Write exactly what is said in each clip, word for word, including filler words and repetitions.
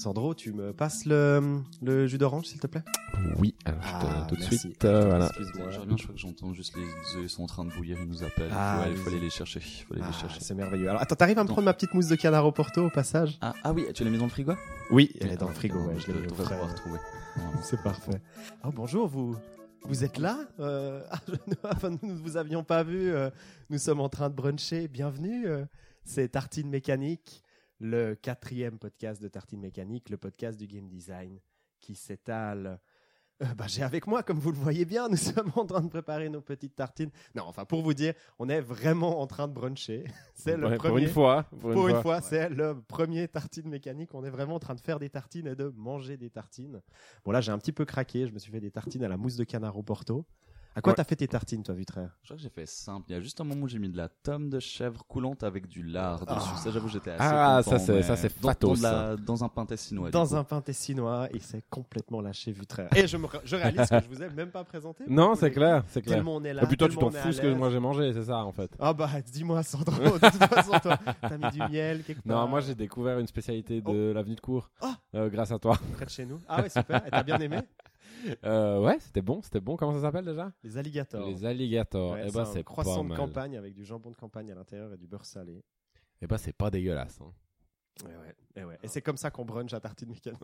Sandro, tu me passes le, le jus d'orange, s'il te plaît? Oui, alors je te Ah, donne tout de merci. suite. euh, voilà. Excuse-moi. Je reviens, je crois que j'entends juste les œufs, ils sont en train de bouillir, ils nous appellent. Ah, ouais, il oui. faut aller les chercher. Il faut aller Ah, les chercher. c'est merveilleux. Alors, attends, t'arrives à me Attends. prendre ma petite mousse de canard au Porto au passage? Ah, ah oui, tu l'as mis dans le frigo? Oui, elle est dans le Ah, frigo, putain, ouais, je l'ai mis au devrais frais. pouvoir trouver. C'est parfait. Oh, bonjour, vous, vous êtes là euh, ah, je- enfin, Nous ne vous avions pas vu. euh, nous sommes en train de bruncher. Bienvenue. euh, c'est Tartine Mécanique, le quatrième podcast de Tartine Mécanique, le podcast du game design qui s'étale. Euh, bah, j'ai avec moi, comme vous le voyez bien, nous sommes en train de préparer nos petites tartines. Non, enfin, pour vous dire, on est vraiment en train de bruncher. C'est le Ouais, premier. Pour une fois. Pour, Pour une fois. fois, c'est le premier tartine mécanique. On est vraiment en train de faire des tartines et de manger des tartines. Bon, là, j'ai un petit peu craqué. Je me suis fait des tartines à la mousse de canard au Porto. À quoi Ouais. t'as fait tes tartines, toi, Vutraire? Je crois que j'ai fait simple. Il y a juste un moment où j'ai mis de la tome de chèvre coulante avec du lard dessus. Ah. Ça, j'avoue, j'étais assez Ah, content, ça, c'est- mais ça, c'est dans, fatos, dans, de la- dans un pain tessinois. Dans du coup. un pain tessinois, il s'est complètement lâché, Vutraire. Et je, me, je réalise que je vous ai même pas présenté. Non, Vous c'est les- clair, c'est clair. Tellement on est là. Et puis toi, tu tellement t'en on est fous à ce que l'aise. moi j'ai mangé, c'est ça en fait. Ah bah, dis-moi, Sandro. De toute façon, toi, t'as mis du miel quelque part. Non, moi j'ai découvert une spécialité de l'avenue de Cour Oh. euh, grâce à toi. Près de chez nous. Ah ouais, super. Et t'as bien aimé? Euh, ouais, c'était bon, c'était bon. Comment ça s'appelle déjà? Les alligators. Les alligators. Ouais, Eh ben un c'est croissant pas de mal. campagne avec du jambon de campagne à l'intérieur et du beurre salé. Eh ben c'est pas dégueulasse. hein. Et, ouais, et, ouais. et c'est comme ça qu'on brunch à Tartine Mécanique.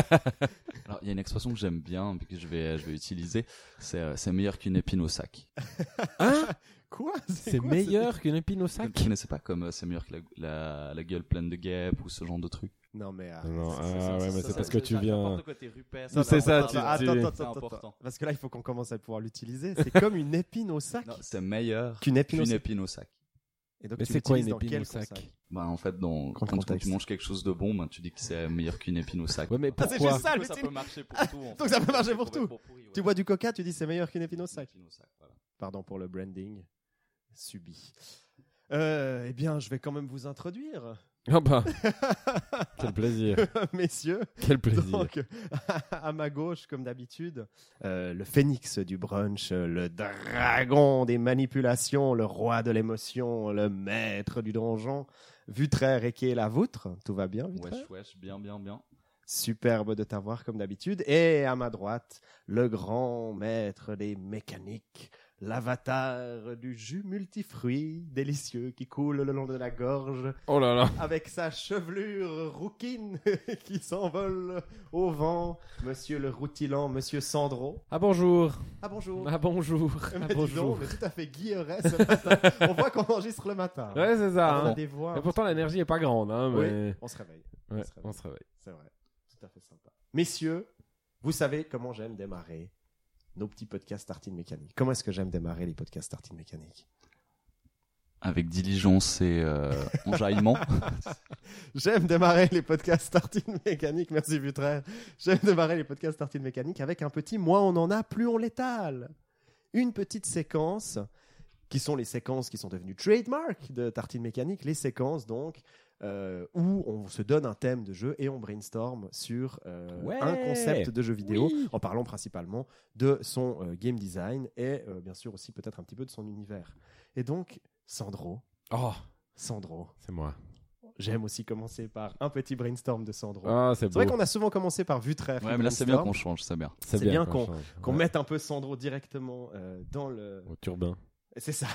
Alors, il y a une expression que j'aime bien, et que je vais, je vais utiliser. C'est, euh, c'est meilleur qu'une épine au sac. Hein? Quoi? C'est quoi, meilleur qu'une épine au Vous sac? ne connaissez pas comme euh, c'est meilleur que la, la, la gueule pleine de guêpes ou ce genre de truc? Non mais ah, Non, ça, ah ça, ça, ouais, ça, mais ça, c'est ça, parce ça, que ça, tu ça, viens- N'importe quoi, t'es Rupert. Oui, c'est ça, attends, tu- attends, tu- attends, C'est attends, attends, important. parce que là il faut qu'on commence à pouvoir l'utiliser. C'est comme une épine au sac. Non, c'est meilleur Qu'une épine au qu'une sac. épine au sac. Et donc, Mais tu c'est quoi l'utilises une dans épine quel au sac? contexte? Bah, en fait, dans, Quel quand, quand contexte tu manges quelque chose de bon, bah, tu dis que c'est meilleur qu'une épine au sac. Ouais, mais Ah, c'est pourquoi? juste ça, le ça style. peut marcher pour tout. en Donc fait. ça peut marcher pour Ça tout. être pourri, ouais. Tu bois du coca, tu dis c'est meilleur qu'une épine au sac. Épine au sac, voilà. Pardon pour le branding subi. Euh, eh bien, je vais quand même vous introduire, Ah bah, quel plaisir, messieurs. quel plaisir. Donc, à ma gauche, comme d'habitude, euh, le phénix du brunch, euh, le dragon des manipulations, le roi de l'émotion, le maître du donjon, Vutraire et qui est la vôtre. Tout va bien, Vutraire? Wesh, wesh, bien, bien, bien. Superbe de t'avoir comme d'habitude. Et à ma droite, le grand maître des mécaniques, l'avatar du jus multifruits délicieux qui coule le long de la gorge, Oh là là. avec sa chevelure rouquine qui s'envole au vent, monsieur le routilant, monsieur Sandro. Ah bonjour. Ah bonjour. Ah bonjour. Mais Ah dis bonjour. donc, on est tout à fait guilleret ce matin. On voit qu'on enregistre le matin. Ouais, c'est ça. On a hein. des voix. Et pourtant l'énergie est pas grande, hein, Oui, mais on se réveille. ouais, on se réveille. on se réveille. C'est vrai. Tout à fait sympa. Messieurs, vous savez comment j'aime démarrer nos petits podcasts Tartine Mécanique. Comment est-ce que j'aime démarrer les podcasts Tartine Mécanique? Avec diligence et euh, enjaillement. J'aime démarrer les podcasts Tartine Mécanique. Merci Vutraire. J'aime démarrer les podcasts Tartine Mécanique avec un petit « moins on en a, plus on l'étale ». Une petite séquence qui sont les séquences qui sont devenues trademark de Tartine Mécanique. Les séquences donc euh, où on se donne un thème de jeu et on brainstorm sur euh, Ouais. un concept de jeu vidéo Oui. en parlant principalement de son euh, game design et euh, bien sûr aussi peut-être un petit peu de son univers. Et donc, Sandro, Oh, Sandro, c'est moi. j'aime aussi commencer par un petit brainstorm de Sandro. Ah, c'est C'est beau. vrai qu'on a souvent commencé par Vutraire. Ouais, mais là, c'est bien qu'on change, c'est bien. c'est bien qu'on qu'on- change. qu'on Ouais. mette un peu Sandro directement euh, dans le... Au turbin. C'est ça.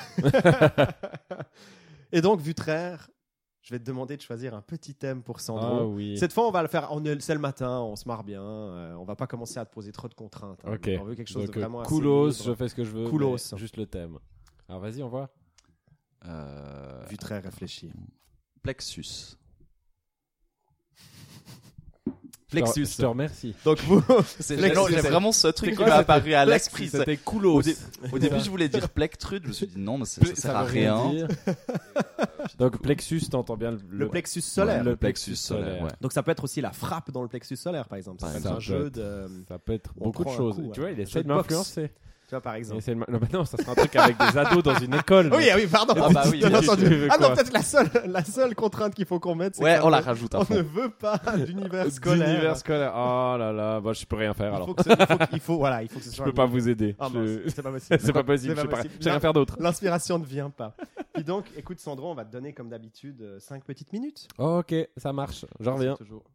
Et donc, Vutraire, je vais te demander de choisir un petit thème pour Sandro. Ah oui. Cette fois, on va le faire. On est, c'est le matin, on se marre bien. euh, on va pas commencer à te poser trop de contraintes. hein. Ok. On veut quelque chose Donc, de vraiment assez coolos, libre. je fais ce que je veux. Coolos. mais Juste le thème. Alors vas-y, on voit. Euh, Vutraire réfléchi. Plexus. Plexus. Je te remercie. Donc vous, C'est Plexus, non, j'ai c'est- vraiment ce truc c'est qui quoi, m'est c'était apparu à Plexus, l'esprit. C'était coolos. Au, dé- au début, je voulais dire plectrude. Je me suis dit non, mais ça, ça sert à veut rien rien. dire. Donc plexus, t'entends bien le, le plexus solaire. Ouais, le plexus solaire. Ouais. Donc ça peut être aussi la frappe dans le plexus solaire, par exemple. Ça Par peut être exemple. un Ça peut jeu être- de... Ça peut être On beaucoup de prend un choses. coup, tu ouais. vois, il Un essaie jeu de de boxe. m'influencer. Tu vois, par Il exemple. essaie de m- Non, bah non, ça sera un truc avec des ados dans une école. Oui, ah oui, pardon. Ah bah oui, Bien bien entendu. sûr. Tu veux Ah non, quoi peut-être la seule, la seule contrainte qu'il faut qu'on mette, c'est Ouais, qu'on on la ne- rajoute à on fond. ne veut pas d'univers scolaire. D'univers scolaire. Oh là là, bah, je peux rien faire Il alors. faut que ce- il faut que- il faut, voilà, il faut que ce Je soit peux un pas vous aider. Ah Je- mince, c'est pas possible. C'est pas possible, je sais pas, je sais rien faire d'autre. L'inspiration ne vient pas. Puis donc, écoute Sandro, on va te donner comme d'habitude cinq petites minutes. Ok, ça marche. Je reviens. C'est toujours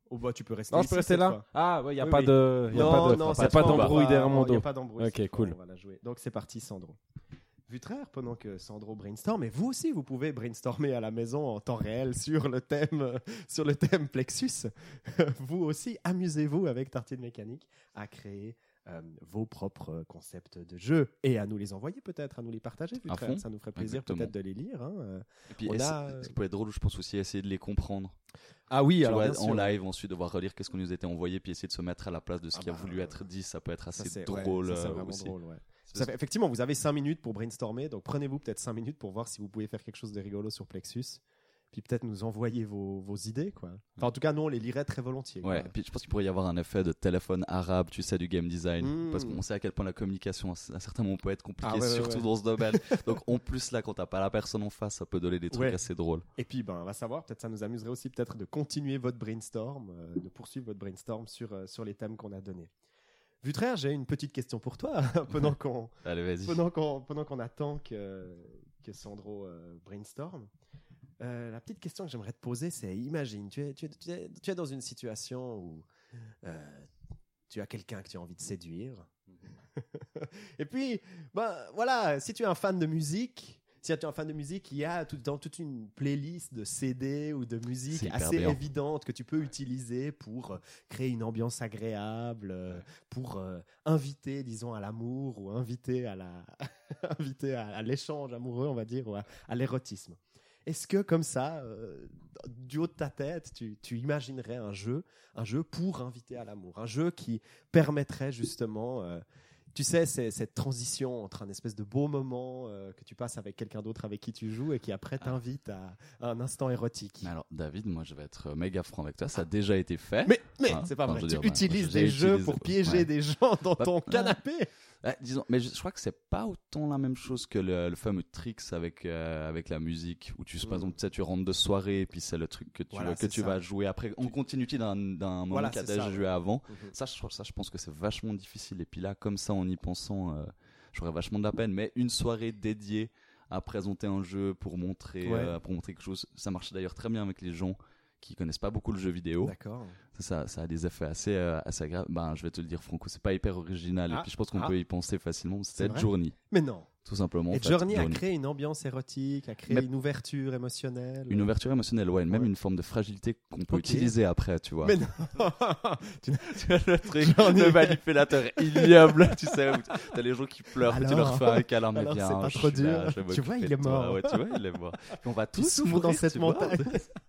Oh bah tu peux rester Non, ici je peux rester cette là. fois. Ah, ouais, il n'y a Oui, pas oui. de. Y a Non, pas de, non, y a cette pas fois, on va d'embrouille pas- derrière mon Il n'y a dos. pas d'embrouille. Ok, cette fois, cool. On va la jouer. Donc c'est parti, Sandro. Vutraire, pendant que Sandro brainstorm, et vous aussi, vous pouvez brainstormer à la maison en temps réel sur le thème, euh, sur le thème Plexus. Vous aussi, amusez-vous avec Tartine Mécanique à créer euh, vos propres concepts de jeu et à nous les envoyer peut-être, à nous les partager. Vutraire. fond. Ça nous ferait plaisir Exactement. peut-être de les lire. Hein. Euh, Et puis, On essa- a- ce qui peut être drôle, je pense aussi, essayer de les comprendre. Ah oui, Tu alors vois, bien en sûr. live, ensuite devoir relire qu'est-ce qu'on nous était envoyé, puis essayer de se mettre à la place de ce Ah qui a bah, voulu être dit, ça peut être Ça, assez c'est- ouais, drôle ça, c'est euh, vraiment aussi. drôle, ouais. C'est Ça fait- effectivement, vous avez cinq minutes pour brainstormer, donc prenez-vous peut-être cinq minutes pour voir si vous pouvez faire quelque chose de rigolo sur Plexus, puis peut-être nous envoyer vos, vos idées, quoi. Enfin, en tout cas, nous, on les lirait très volontiers. Ouais, quoi. puis je pense qu'il pourrait y avoir un effet de téléphone arabe, tu sais, du game design. Mm. Parce qu'on sait à quel point la communication, à certains moments, peut être compliquée, Ah ouais, ouais, surtout ouais. dans ce domaine. Donc, en plus, là, quand t'as pas la personne en face, ça peut donner des trucs Ouais. assez drôles. Et puis, ben, on va savoir, peut-être ça nous amuserait aussi peut-être de continuer votre brainstorm, euh, de poursuivre votre brainstorm sur, euh, sur les thèmes qu'on a donnés. Vutraire, j'ai une petite question pour toi, pendant qu'on Allez, vas-y. pendant qu'on pendant qu'on attend que, que Sandro euh, brainstorm. Euh, la petite question que j'aimerais te poser, c'est imagine, tu es, tu es, tu es, tu es dans une situation où euh, tu as quelqu'un que tu as envie de séduire. Et puis, ben, voilà, si tu es un fan de musique, si tu es un fan de musique, il y a tout, dans toute une playlist de C D ou de musique C'est hyper assez bien. évidente que tu peux utiliser pour euh, créer une ambiance agréable, euh, pour euh, inviter, disons, à l'amour ou inviter à la, inviter à, à l'échange amoureux, on va dire, ou à, à l'érotisme. Est-ce que comme ça, euh, du haut de ta tête, tu, tu imaginerais un jeu, un jeu pour inviter à l'amour, un jeu qui permettrait justement, euh, tu sais, c'est, cette transition entre un espèce de beau moment euh, que tu passes avec quelqu'un d'autre avec qui tu joues et qui après t'invite à, à un instant érotique. Mais alors, David, moi, je vais être méga franc avec toi. Ça a déjà été fait. Mais, mais Ah, c'est pas enfin, vrai, je veux tu dire, bah, utilises j'ai des jeux utilisé- pour piéger ouais. des gens dans Bah, ton ouais. canapé. Ouais, disons, mais je, je crois que c'est pas autant la même chose que le, le fameux tricks avec euh, avec la musique où tu par Mm. exemple tu sais, tu rentres de soirée et puis c'est le truc que tu Voilà, que c'est tu ça. vas jouer après en continuité d'un d'un moment Voilà, qui a c'est déjà ça, joué ouais. avant. Mhm. Ça je ça je pense que c'est vachement difficile et puis là comme ça en y pensant euh, j'aurais vachement de la peine, mais une soirée dédiée à présenter un jeu pour montrer Ouais. euh, pour montrer quelque chose, ça marche d'ailleurs très bien avec les gens qui connaissent pas beaucoup le jeu vidéo. D'accord. Ça, ça a des effets assez, euh, assez agréables. Ben, je vais te le dire, Franco, c'est pas hyper original. Ah, et puis je pense qu'on ah. peut y penser facilement. C'est C'était vrai Journey, Mais non. tout simplement. en Et fait. Journey a Journey. créé une ambiance érotique, a créé Mais- une ouverture émotionnelle. Une ouverture émotionnelle, ouais, même Ouais. une forme de fragilité qu'on peut Ok. utiliser après, tu vois. Mais non. Tu n'as- tu as le truc, Journey. le manipulateur ignoble, tu sais, où t'as les gens qui pleurent, puis tu Alors leur fais un câlin, mais alors, viens, c'est pas je trop suis là, dur. je vais Tu vois, m'occuper il est de toi. mort. Ouais, tu vois, il est mort. Puis on va Tu tous souffres mourir, dans cette tu vois. montagne.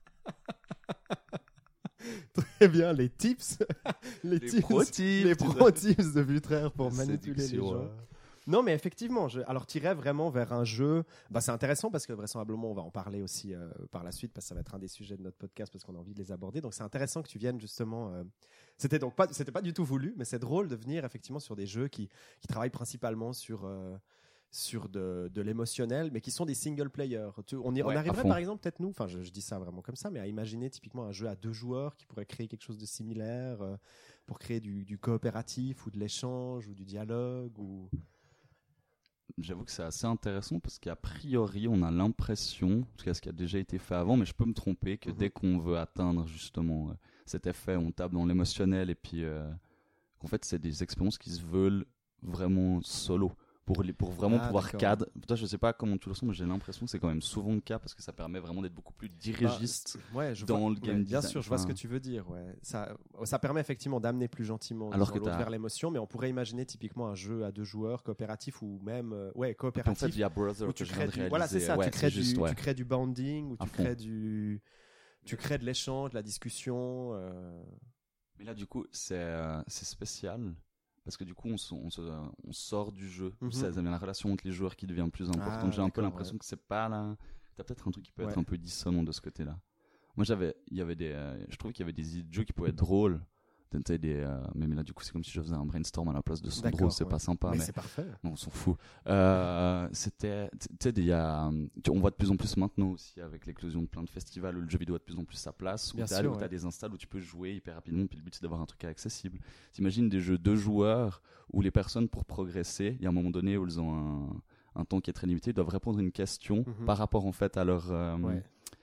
Très bien, les tips, les, Les tips, pro tips, les tu pro tips de Vutraire pour La manipuler les séduction, gens. ouais. Non, mais effectivement, je, alors t'irais vraiment vers un jeu. Bah, c'est intéressant parce que vraisemblablement, on va en parler aussi euh, par la suite parce que ça va être un des sujets de notre podcast parce qu'on a envie de les aborder. Donc, c'est intéressant que tu viennes justement. Euh, c'était donc pas, c'était pas du tout voulu, mais c'est drôle de venir effectivement sur des jeux qui, qui travaillent principalement sur. Euh, sur de, de l'émotionnel, mais qui sont des single player. Tu- on, y, on Ouais, à arriverait fond. par exemple, peut-être nous, enfin je, je dis ça vraiment comme ça, mais à imaginer typiquement un jeu à deux joueurs qui pourrait créer quelque chose de similaire euh, pour créer du, du coopératif ou de l'échange ou du dialogue. Ou... J'avoue que c'est assez intéressant parce qu'a priori, on a l'impression, parce que ce qui a déjà été fait avant, mais je peux me tromper, que Mhm. dès qu'on veut atteindre justement euh, cet effet, on tape dans l'émotionnel et puis euh, qu'en fait, c'est des expériences qui se veulent vraiment solo. Pour, les, pour vraiment Ah, pouvoir d'accord. cadre. Toi, je sais pas comment tu le sens, mais j'ai l'impression que c'est quand même souvent le cas parce que ça permet vraiment d'être beaucoup plus dirigiste. Bah, ouais, je dans vois- le game ouais, Bien design, sûr, je vois ce enfin. que tu veux dire. Ouais. Ça, ça permet effectivement d'amener plus gentiment Alors disons, que l'autre t'as- vers l'émotion, mais on pourrait imaginer typiquement un jeu à deux joueurs coopératif ou même euh, ouais Et puis en coopératif. fait, via Brother, où que tu je viens crées de du, voilà, c'est réaliser, ça, ouais, tu, crées c'est du, juste, ouais. tu crées du banding, ou À tu fond. crées du, tu crées de l'échange, de la discussion. euh, Mais là, du coup, c'est euh, c'est spécial. Parce que du coup, on, se- on, se- on sort du jeu. Mhm. Ça devient la relation entre les joueurs qui devient plus importante. Ah, J'ai un peu d'accord, l'impression ouais. que c'est pas là. T'as peut-être un truc qui peut être Ouais. un peu dissonant de ce côté-là. Moi, j'avais, il y avait des, euh, je trouvais qu'il y avait des idées de jeux qui pouvaient être drôles. T'as des, euh, mais, mais là, du coup, c'est comme si je faisais un brainstorm à la place de Sandro. D'accord, C'est ouais. pas sympa. mais, Mais, c'est parfait. non, on s'en fout. Euh, c'était, tu sais, il y a, tu- on voit de plus en plus maintenant aussi avec l'éclosion de plein de festivals où le jeu vidéo a de plus en plus sa place, où Bien t'as, sûr, où t'as ouais. des installs où tu peux jouer hyper rapidement, puis le but c'est d'avoir un truc accessible. T'imagines des jeux de joueurs où les personnes pour progresser, il y a un moment donné où elles ont un, un temps qui est très limité, doivent répondre à une question Mhm. par rapport en fait à leur, euh, Ouais.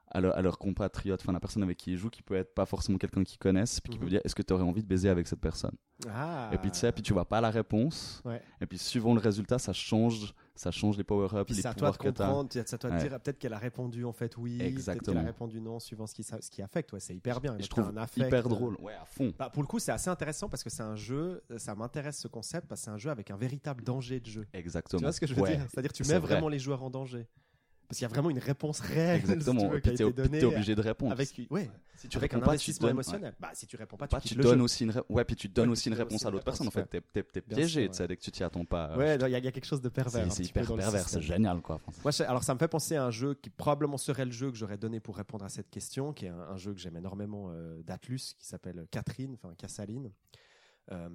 à, leur, à leur compatriote, enfin la personne avec qui ils jouent, qui peut être pas forcément quelqu'un qu'ils connaissent, puis qui Mhm. peut dire est-ce que tu aurais envie de baiser avec cette personne. Ah. Et puis tu sais, puis tu vois pas la réponse. Ouais. Et puis suivant le résultat, ça change, ça change les power-ups, Puis les c'est à toi de pouvoirs que t'as. comprendre, c'est à toi de Ouais. dire peut-être qu'elle a répondu en fait oui, peut-être qu'elle Exactement. a répondu non, suivant ce qui, ce qui affecte. Ouais, c'est hyper bien. Et Donc, je trouve t'as un affect, hyper euh, drôle, ouais, à fond. Bah, pour le coup, c'est assez intéressant parce que c'est un jeu, ça m'intéresse ce concept parce que c'est un jeu avec un véritable danger de jeu. Exactement. Tu vois ce que je veux Ouais. dire? C'est-à-dire que tu C'est mets vrai. vraiment les joueurs en danger. Parce qu'il y a vraiment une réponse réelle Exactement. si tu veux, Et qui a puis t'es été ob- donnée t'es obligé de répondre. avec, ouais, Si tu avec réponds un pas, tu investissement donnes, émotionnel. Bah, si tu réponds pas, tu Pas, quittes tu le donnes jeu. aussi une ré- ouais, puis tu donnes Ouais, aussi tu une donnes réponse aussi à une l'autre personne. En réponse, fait, t'es, t'es, t'es Bien piégé, sûr, tu sais, dès que tu t'y attends pas. Ouais, il y, a- y a quelque chose de pervers. c'est, un c'est petit peu hyper dans le pervers, système. c'est génial, quoi. Enfin, Moi, je- alors ça me fait penser à un jeu qui probablement serait le jeu que j'aurais donné pour répondre à cette question, qui est un, un jeu que j'aime énormément euh, d'Atlus, qui s'appelle Catherine, enfin Cassaline. Euh,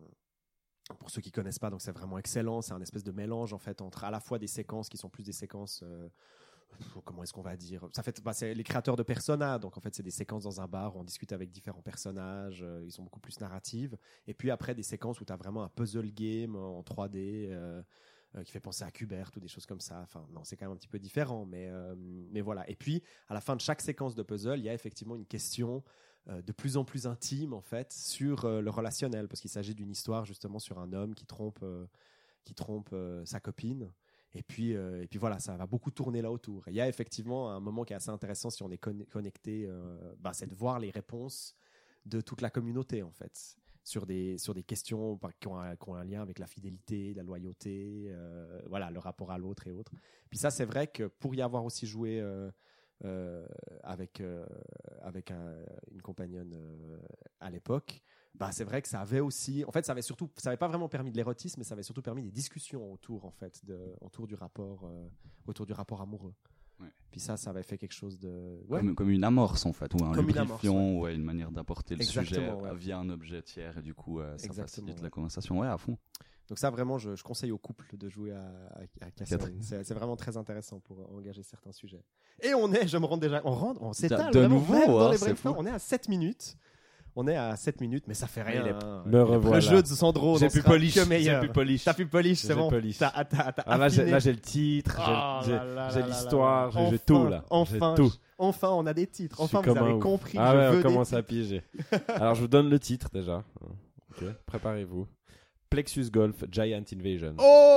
pour ceux qui connaissent pas, donc c'est vraiment excellent. C'est un espèce de mélange en fait entre à la fois des séquences qui sont plus des séquences. Euh, comment est-ce qu'on va dire ça fait bah, c'est les créateurs de Persona, donc en fait c'est des séquences dans un bar où on discute avec différents personnages, euh, ils sont beaucoup plus narratives, et puis après des séquences où tu as vraiment un puzzle game en trois D euh, euh, qui fait penser à Qbert ou des choses comme ça. Enfin non, c'est quand même un petit peu différent, mais euh, mais voilà. Et puis à la fin de chaque séquence de puzzle, il y a effectivement une question euh, de plus en plus intime en fait sur euh, le relationnel, parce qu'il s'agit d'une histoire justement sur un homme qui trompe euh, qui trompe euh, sa copine. Et puis, euh, et puis voilà, ça va beaucoup tourner là autour. Et il y a effectivement un moment qui est assez intéressant si on est conne- connecté, euh, bah, c'est de voir les réponses de toute la communauté en fait, sur des, sur des questions par- qui ont, un, qui ont un lien avec la fidélité, la loyauté, euh, voilà, le rapport à l'autre et autres. Puis ça, c'est vrai que pour y avoir aussi joué euh, euh, avec, euh, avec un- une compagnonne euh, à l'époque, bah, c'est vrai que ça avait aussi, en fait, ça avait surtout, ça avait pas vraiment permis de l'érotisme, mais ça avait surtout permis des discussions autour, en fait, de, autour du rapport, euh, autour du rapport amoureux. Ouais. Puis ça, ça avait fait quelque chose de, ouais. comme, comme une amorce, en fait, ou un Comme une lubrifiant, amorce, ouais, une manière d'apporter le Exactement, sujet ouais. euh, via un objet tiers, et du coup, euh, ça Exactement, facilite ouais. la conversation. Ouais, à fond. Donc ça, vraiment, je, je conseille aux couples de jouer à, à, à Catherine. C'est, c'est vraiment très intéressant pour engager certains sujets. Et on est, je me rends déjà, on rentre, on s'étale de vraiment nouveau, même dans hein, les c'est brainstorms. fou. On est à sept minutes. On est à sept minutes, mais ça fait rien. Il est- hein. Me revoilà. Le jeu de Sandro, J'ai n'en plus sera polish, que j'ai meilleur. plus polish. T'as plus polish, c'est J'ai bon. polish. T'as, t'as, t'as Ah, là, j'ai, affiné. là, j'ai le titre, j'ai, Oh j'ai, là là j'ai là là l'histoire, là. j'ai, j'ai Enfin, tout là. Enfin, j'ai tout. je- enfin, on a des titres. Je suis Enfin, vous comme un avez ouf. compris que Ah je ouais, veux on des commence titres. à piéger. Alors, je vous donne le titre déjà. Ok, préparez-vous. Plexus Golf Giant Invasion.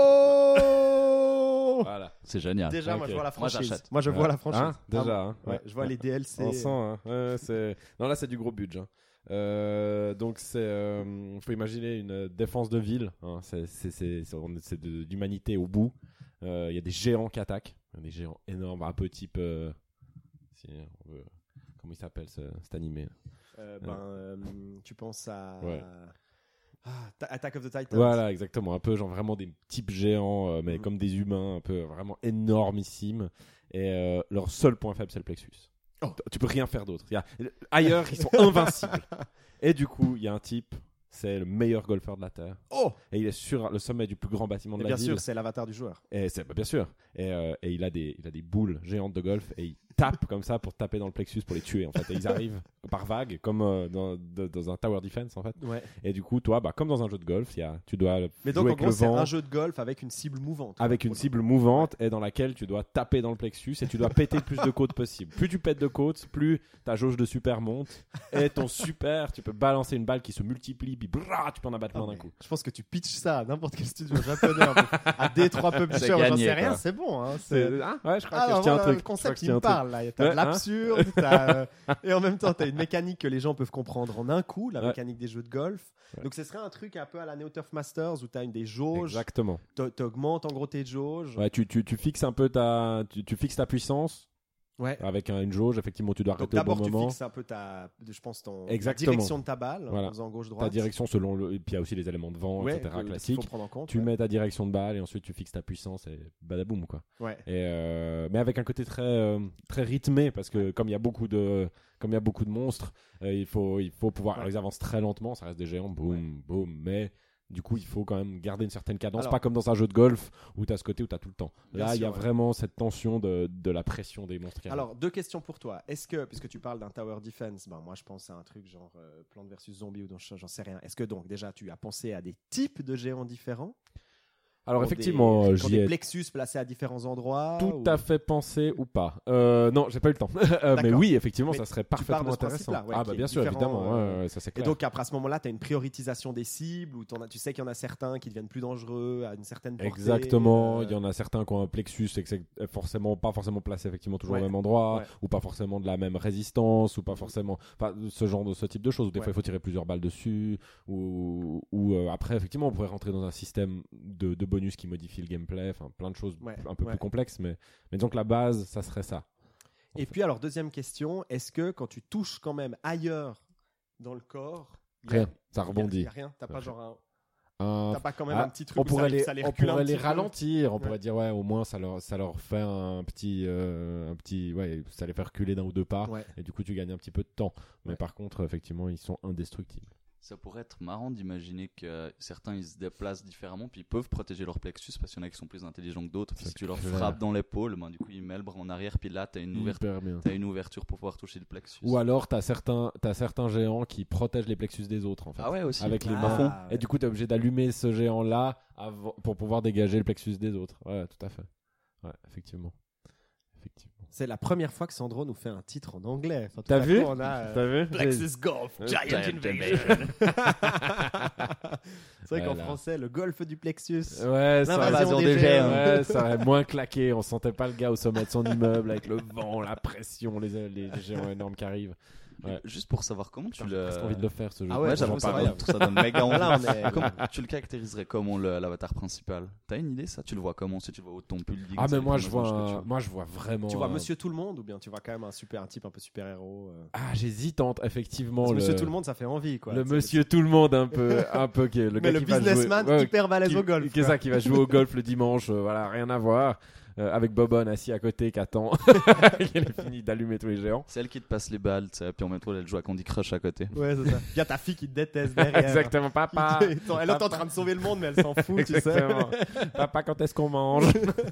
Oh Voilà. C'est génial. Déjà, moi, Ok. je vois la Moi, franchise. j'achète. Moi, je vois Ouais. la franchise. Hein, déjà, Ah, hein. ouais, je vois les D L C. On sent, hein. Ouais, c'est... Non, là, c'est du gros budget. Hein. Euh, donc, c'est, euh, faut imaginer une défense de ville. Hein. C'est, c'est, c'est, c'est, on- c'est de l'humanité au bout. Euh, Il y a des géants qui attaquent, des géants énormes, un peu type. euh, si on veut- comment il s'appelle ce, cet animé? Euh, ben, euh, tu penses à. Ouais. Ah, Ta- Attack of the Titans. Voilà, exactement. Un peu genre vraiment des types géants, euh, mais Mhm. comme des humains, un peu vraiment énormissimes. Et euh, leur seul point faible, c'est le plexus. Oh. Tu peux rien faire d'autre. Il y a... Ailleurs, ils sont invincibles. Et du coup, il y a un type, c'est le meilleur golfeur de la Terre. Oh Et il est sur le sommet du plus grand bâtiment de Et la bien ville. sûr, c'est l'avatar du joueur. Et c'est, bah, bien sûr. Et, euh, et il, a des, il a des boules géantes de golf et il tape comme ça pour taper dans le plexus pour les tuer. En fait. Et ils arrivent par vague, comme euh, dans, de- dans un tower defense en fait. Ouais. Et du coup, toi, bah, comme dans un jeu de golf, il y a, tu dois Mais jouer donc, en avec gros, le c'est vent. un jeu de golf avec une cible mouvante. Avec une cible mouvante et dans laquelle tu dois taper dans le plexus et tu dois péter le plus de côtes possible. Plus tu pètes de côtes, plus ta jauge de super monte et ton super, tu peux balancer une balle qui se multiplie, puis brrra, tu peux en abattre plein Ah, d'un mais coup. Je pense que tu pitches ça à n'importe quel studio japonais, un peu, à Détroit Publishers, C'est j'en gagné, sais rien, quoi. c'est bon. Hein, c'est... C'est- Ah, ouais, je crois Ah, que je bah, tiens voilà, un truc. le Je crois concept, que je il tiens me un truc. parle là. T'as Ouais, de l'absurde, t'as, euh, et en même temps, t'as une mécanique que les gens peuvent comprendre en un coup, la Ouais. mécanique des jeux de golf. Ouais. Donc, ce serait un truc un peu à la Neo Turf Masters où t'as une des jauges, Exactement. t'a- t'augmentes en gros tes jauges. Ouais, tu, tu, tu fixes un peu ta, tu, tu fixes ta puissance Ouais. avec un- une jauge. Effectivement, tu dois Donc arrêter au d'abord, bon tu moment. fixes un peu ta, je pense, ton, la Exactement. direction de ta balle, Voilà. en faisant gauche-droite. Ta direction selon le. Et puis il y a aussi les éléments de vent, Ouais, et cetera. que- qu'il Classique. faut prendre en compte. Tu ouais. mets ta direction de balle et ensuite tu fixes ta puissance et badaboum quoi. Ouais. Et euh, mais avec un côté très euh, très rythmé parce que comme il y a beaucoup de comme il y a beaucoup de monstres, euh, il faut il faut pouvoir. Ouais. Alors, ils avancent très lentement, ça reste des géants, boum boum, mais du coup, il faut quand même garder une certaine cadence, Alors- pas comme dans un jeu de golf où tu as ce côté où tu as tout le temps. Bien Là, il y a sûr, ouais. vraiment cette tension de, de la pression des monstres qui arrivent. Alors, deux questions pour toi. Est-ce que, puisque tu parles d'un tower defense, ben moi je pense à un truc genre euh, Plante versus Zombie ou donc, j'en sais rien. Est-ce que donc déjà tu as pensé à des types de géants différents Alors Pour effectivement, des, euh, pour j'y des ai plexus placés à différents endroits. tout ou... à fait pensé ou pas. Euh, non, j'ai pas eu le temps. Euh, mais D'accord. oui, effectivement, Mais ça serait tu pars parfaitement de ce intéressant. principe-là, ouais, ah qui bah est bien sûr, différent, évidemment, euh, ouais, ouais, ça c'est Et clair. donc après à ce moment-là, tu as une prioritisation des cibles où t'en as, tu sais qu'il y en a certains qui deviennent plus dangereux à une certaine portée. Exactement, euh, il y en a certains qui ont un plexus et que c'est forcément pas forcément placé effectivement toujours Ouais. au même endroit, Ouais. ou pas forcément de la même résistance, ou pas Mhm. forcément, enfin ce genre de ce type de choses. Où des Ouais. fois il faut tirer plusieurs balles dessus, ou, ou euh, après effectivement on pourrait rentrer dans un système de, de bonus qui modifie le gameplay, enfin plein de choses Ouais. un peu Ouais. plus complexes, mais mais disons que la base ça serait ça. en Et fait. puis alors deuxième question, est-ce que quand tu touches quand même ailleurs dans le corps, il y a- Rien, ça il y a- rebondit. Il y a rien, t'as pas Rien. genre un, Un- t'as pas quand même Ah, un petit truc on où pourrait ça, les, ça les on recule un pourrait les petit peu. ralentir, on Ouais. pourrait dire ouais au moins ça leur ça leur fait un petit euh, un petit ouais ça les fait reculer d'un ou deux pas Ouais. et du coup tu gagnes un petit peu de temps. Mais Ouais. par contre effectivement ils sont indestructibles. Ça pourrait être marrant d'imaginer que certains ils se déplacent différemment puis ils peuvent protéger leur plexus parce qu'il y en a qui sont plus intelligents que d'autres. Puis C'est si tu leur clair. frappes dans l'épaule, ben, du coup ils mettent le bras en arrière puis là t'as une ouverture, Hyper bien. t'as une ouverture pour pouvoir toucher le plexus. Ou alors t'as certains t'as certains géants qui protègent les plexus des autres en fait. Ah ouais aussi. Avec les Ah, mains. ouais. Et du coup t'es obligé d'allumer ce géant là avant, pour pouvoir dégager le plexus des autres. Ouais tout à fait. Ouais effectivement. Effectivement. C'est la première fois que Sandro nous fait un titre en anglais. Enfin, tout T'as à vu coup, on a, euh, T'as vu Plexus Golf, Euh, Giant Giant Invasion. C'est vrai qu'en Voilà. français, le golfe du plexus. Ouais, ça L'invasion des des géants. géants. Ouais, ça aurait moins claqué. On sentait pas le gars au sommet de son immeuble avec le vent, la pression, les, les, les géants énormes qui arrivent. Ouais. Juste pour savoir comment tu Putain, le. J'ai presque envie de le faire ce jeu. Ah ouais, Ouais, j'avoue, j'avoue, c'est ça, vrai. donne, ça donne méga envie. Là, on est- Comment- tu le caractériserais comment le- l'avatar principal? T'as une idée ça? Tu le vois comment? Si tu le vois au ton pull Ah mais moi je vois, un- moi je vois vraiment. Tu vois un- Monsieur Tout le Monde ou bien tu vois quand même un super un type un peu super héros euh... Ah j'hésite entre effectivement Parce que le. Monsieur Tout le Monde, ça fait envie quoi. Le C'est- monsieur tout le monde un peu un peu qui est le Mais gars le qui va businessman jouer, ouais, hyper balèze qui- au golf. qui est quoi. ça qui va jouer au golf le dimanche, euh, voilà rien à voir. Euh, avec Bobon assis à côté qui attend qu'il ait fini d'allumer tous les géants. C'est elle qui te passe les balles, tu sais, puis en même temps elle joue à Candy Crush à côté. Ouais, c'est ça. Il y a ta fille qui te déteste derrière. Exactement papa. Elle est en train de sauver le monde, mais elle s'en fout, tu sais. Exactement. Papa, quand est-ce qu'on mange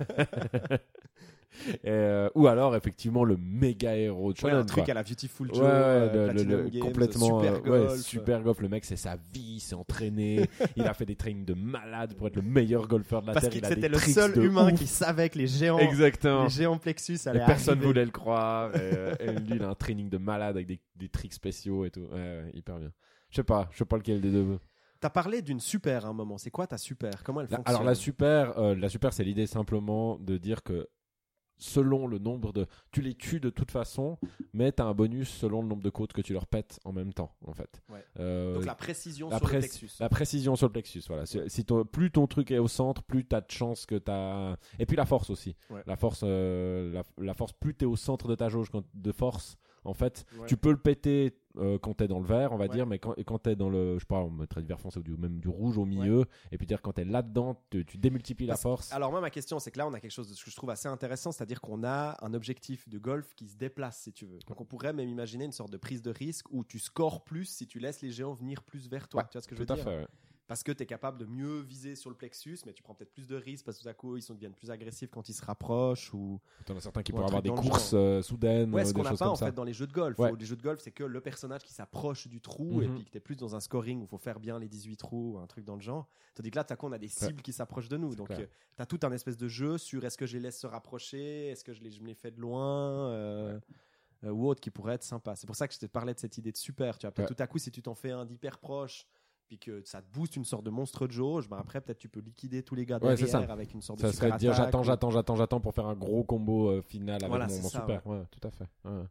Et, euh, Ou alors, effectivement, le méga héros de Ouais, Shonen. un truc quoi. à la Beautiful Ouais, Joe, ouais, euh, le- le- Platinum le- Games, complètement super euh, ouais, golf. super golf. Le mec, c'est sa vie, il s'est entraîné, il a fait des trainings de malade pour être le meilleur golfeur de la Parce terre. que Il a c'était des le tricks seul de humain ouf. qui savait que les géants, Exactement. les géants plexus Et allaient personne arriver. voulait le croire. Et, euh, et lui, il a un training de malade avec des, des tricks spéciaux et tout. Ouais, ouais, hyper bien. Je sais pas, je sais pas lequel des deux. T'as parlé d'une super à un moment. C'est quoi ta super? Comment elle La- fonctionne? alors la super, euh, la super, c'est l'idée simplement de dire que selon le nombre de, tu les tues de toute façon, mais t'as un bonus selon le nombre de côtes que tu leur pètes en même temps, en fait. Ouais. Euh, Donc la précision la sur pré- le plexus. la précision sur le plexus, voilà. Si, si ton- plus ton truc est au centre, plus t'as de chances que t'as. Et puis la force aussi. Ouais. La force, euh, la, la force, plus t'es au centre de ta jauge quand- de force. En fait, Ouais. tu peux le péter euh, quand t'es dans le vert, on va Ouais. dire, mais quand, quand t'es dans le, je sais pas, on mettrait du vert foncé ou du, même du rouge au milieu, et puis dire quand t'es là-dedans, tu, tu démultiplies Parce- la force. Alors moi ma question c'est que là on a quelque chose de ce que je trouve assez intéressant, c'est-à-dire qu'on a un objectif de golf qui se déplace si tu veux. Donc on pourrait même imaginer une sorte de prise de risque où tu scores plus si tu laisses les géants venir plus vers toi. Ouais, Tu vois ce que je veux Tout à dire? fait. Ouais. Parce que tu es capable de mieux viser sur le plexus, mais tu prends peut-être plus de risques parce que tout à coup ils sont, deviennent plus agressifs quand ils se rapprochent ou T'en as certains qui Ou un pourraient avoir truc des dans le courses genre. euh, soudaines, ouais, euh, ce des qu'on n'a choses pas comme en ça. fait dans les jeux de golf. Ouais. Où les jeux de golf c'est que le personnage qui s'approche du trou et Mhm. puis que tu es plus dans un scoring où il faut faire bien les dix-huit trous ou un truc dans le genre. Tandis que là tout à coup on a des cibles qui s'approchent de nous. Donc clair. tu as tout un espèce de jeu sur est-ce que je les laisse se rapprocher, est-ce que je, les, je me les fais de loin euh, euh, ou autre qui pourrait être sympa. C'est pour ça que je te parlais de cette idée de super. Tu vois, peut-être Ouais. tout à coup si tu t'en fais un d'hyper proche puis que ça te booste une sorte de monstre de jauge, ben après peut-être tu peux liquider tous les gars Ouais, c'est derrière ça. avec une sorte Ça de super serait de dire attaque j'attends, ou- j'attends, j'attends, j'attends pour faire un gros combo euh, final avec Voilà, mon, c'est mon ça, super. Ouais. Tout à fait. Ouais.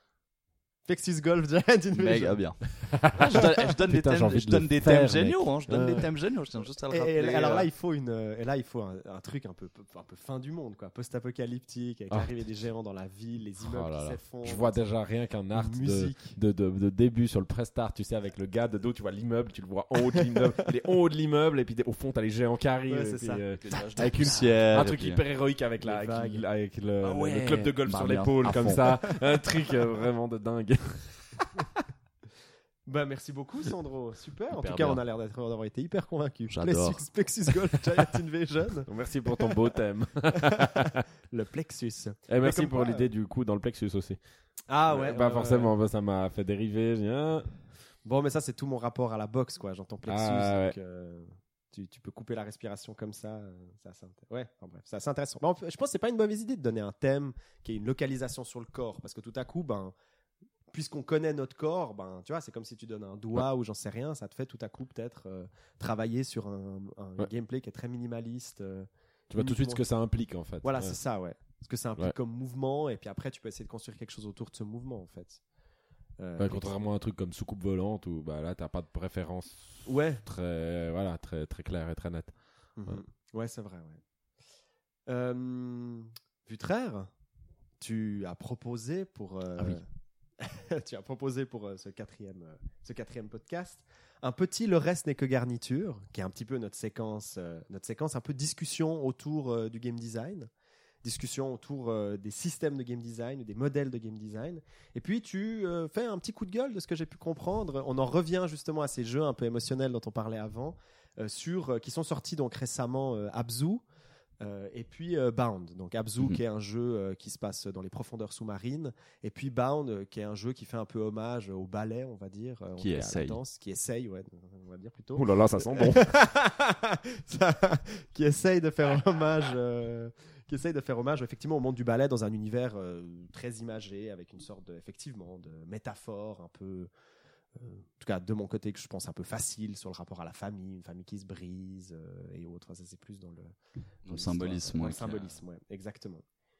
Plexus Golf Giant Invasion. Méga bien. Ah, je donne, je donne des Putain, j'ai thèmes, envie je de donne le des faire, thèmes mec. géniaux. Hein, je donne Ouais. des thèmes géniaux. Je tiens juste à le Et, rappeler. et alors euh, là, il faut une, euh, et là, il faut un, un truc un peu, un peu fin du monde, quoi, post-apocalyptique, avec Ah. l'arrivée des géants dans la ville, les immeubles Oh là qui là. s'effondrent. Je vois déjà rien qu'un art une de, musique. de, de, de début sur le pré-start, tu sais, avec le gars de dos, tu vois l'immeuble, tu le vois en haut de l'immeuble, il est en haut de l'immeuble, et puis au fond, t'as les géants qui arrivent. Ouais, et c'est puis, ça. euh, avec les nuages de avec une- poussière, un et truc puis, hyper héroïque avec, les la, vagues. avec, avec le, Ah le- ouais. le club de golf Bah sur bien, l'épaule, à comme fond. ça. Un truc euh, vraiment de dingue. Bah, merci beaucoup, Sandro. Super. En Hyper tout cas, bien. on a l'air d'être- d'avoir été hyper convaincus. J'adore. Plexus, Plexus Golf Giant Invasion. Merci pour ton beau thème. Le plexus. Et merci comme pour quoi, l'idée du coup dans le plexus aussi. Ah ouais. Euh, Pas ouais, forcément, ouais. bah, ça m'a fait dériver. J'ai dit, ah. Bon, mais ça, c'est tout mon rapport à la boxe, quoi. J'entends plexus. Ah, ouais. donc, euh, Tu, tu peux couper la respiration comme ça. euh, C'est assez, inté- ouais, enfin, bref, c'est assez intéressant. Bon, je pense que c'est pas une mauvaise idée de donner un thème qui est une localisation sur le corps, parce que tout à coup, ben, puisqu'on connaît notre corps, ben, tu vois, c'est comme si tu donnes un doigt ou j'en sais rien, ça te fait tout à coup peut-être euh, travailler sur un, un Ouais. gameplay qui est très minimaliste. euh, Tu vois tout de suite ce uniquement- que ça implique en fait. Voilà, Ouais. c'est ça, ouais. Ce que ça implique Ouais. comme mouvement, et puis après, tu peux essayer de construire quelque chose autour de ce mouvement, en fait. Euh, Ouais, avec- contrairement à un truc comme soucoupe volante où bah, là t'as pas de préférence Ouais. très, voilà, très, très claire et très nette. Mhm. Ouais. Ouais, c'est vrai, ouais. Euh, Vutraire, tu as proposé pour... euh, Ah oui. tu as proposé pour euh, ce, quatrième, euh, ce quatrième podcast un petit Le reste n'est que garniture, qui est un petit peu notre séquence, euh, notre séquence un peu discussion autour euh, du game design, discussion autour euh, des systèmes de game design ou des modèles de game design. Et puis tu euh, fais un petit coup de gueule de ce que j'ai pu comprendre. On en revient justement à ces jeux un peu émotionnels dont on parlait avant, euh, sur, euh, qui sont sortis donc récemment, euh, Abzu. Euh, et puis euh, Bound, donc Abzu Mhm. qui est un jeu euh, qui se passe dans les profondeurs sous-marines, et puis Bound euh, qui est un jeu qui fait un peu hommage au ballet, on va dire, euh, en Qui tout cas, à la essaye. danse, qui essaye, ouais, on va dire plutôt. Ouh là là, ça sent bon. Ça- qui essaye de faire hommage, euh, qui essaye de faire hommage effectivement au monde du ballet dans un univers euh, très imagé, avec une sorte de, effectivement de métaphore un peu, euh, en tout cas de mon côté, que je pense un peu facile sur le rapport à la famille, une famille qui se brise euh, et autres. Ça c'est plus dans le, dans Le l'histoire, symbolisme, dans ouais, le qui a- symbolisme, ouais, exactement.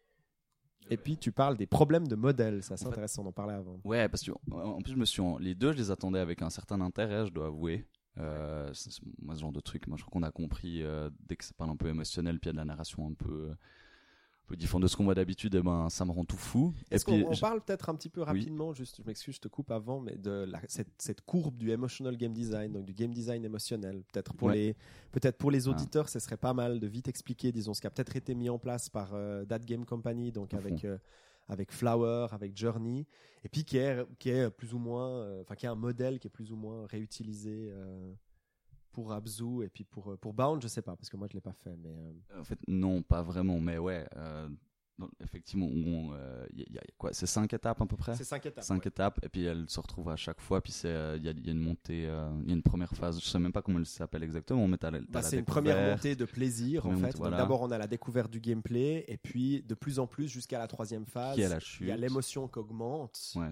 Et puis tu parles des problèmes de modèles, ça c'est En fait- intéressant d'en parler avant. Ouais, parce que en plus, je me suis en- les deux, je les attendais avec un certain intérêt, je dois avouer. Euh, c'est- c'est- moi, ce genre de truc, moi, je crois qu'on a compris euh, dès que ça parle un peu émotionnel, puis il y a de la narration un peu, un peu différente de ce qu'on voit d'habitude, et ben, ça me rend tout fou. Et Est-ce puis, qu'on on je- parle peut-être un petit peu rapidement, juste, je m'excuse, je te coupe avant, mais de la- cette, cette courbe du emotional game design, donc du game design émotionnel. Peut-être pour, Ouais. les, peut-être pour les Ah. auditeurs, ce serait pas mal de vite expliquer, disons, ce qui a peut-être été mis en place par euh, That Game Company, donc À avec, fond. euh, avec Flower, avec Journey, et puis qui est, qui est plus ou moins, euh, enfin, qui est un modèle qui est plus ou moins réutilisé euh, pour Abzu et puis pour, euh, pour Bound, je sais pas, parce que moi je l'ai pas fait, mais. euh, en fait, non, pas vraiment, mais ouais, euh, non, effectivement, il euh, y, a- y a quoi, c'est cinq étapes à peu près. c'est cinq étapes. Cinq ouais. étapes, et puis elle se retrouve à chaque fois, puis c'est, euh, il y, a, il y a une montée, euh, il y a une première phase, je sais même pas comment elle s'appelle exactement, mais t'as la, t'as Bah, la c'est une première découverte. montée de plaisir en Première fait. montée, Donc, voilà. D'abord on a la découverte du gameplay et puis de plus en plus jusqu'à la troisième phase, Qui est la il y a chute. l'émotion qui augmente Ouais.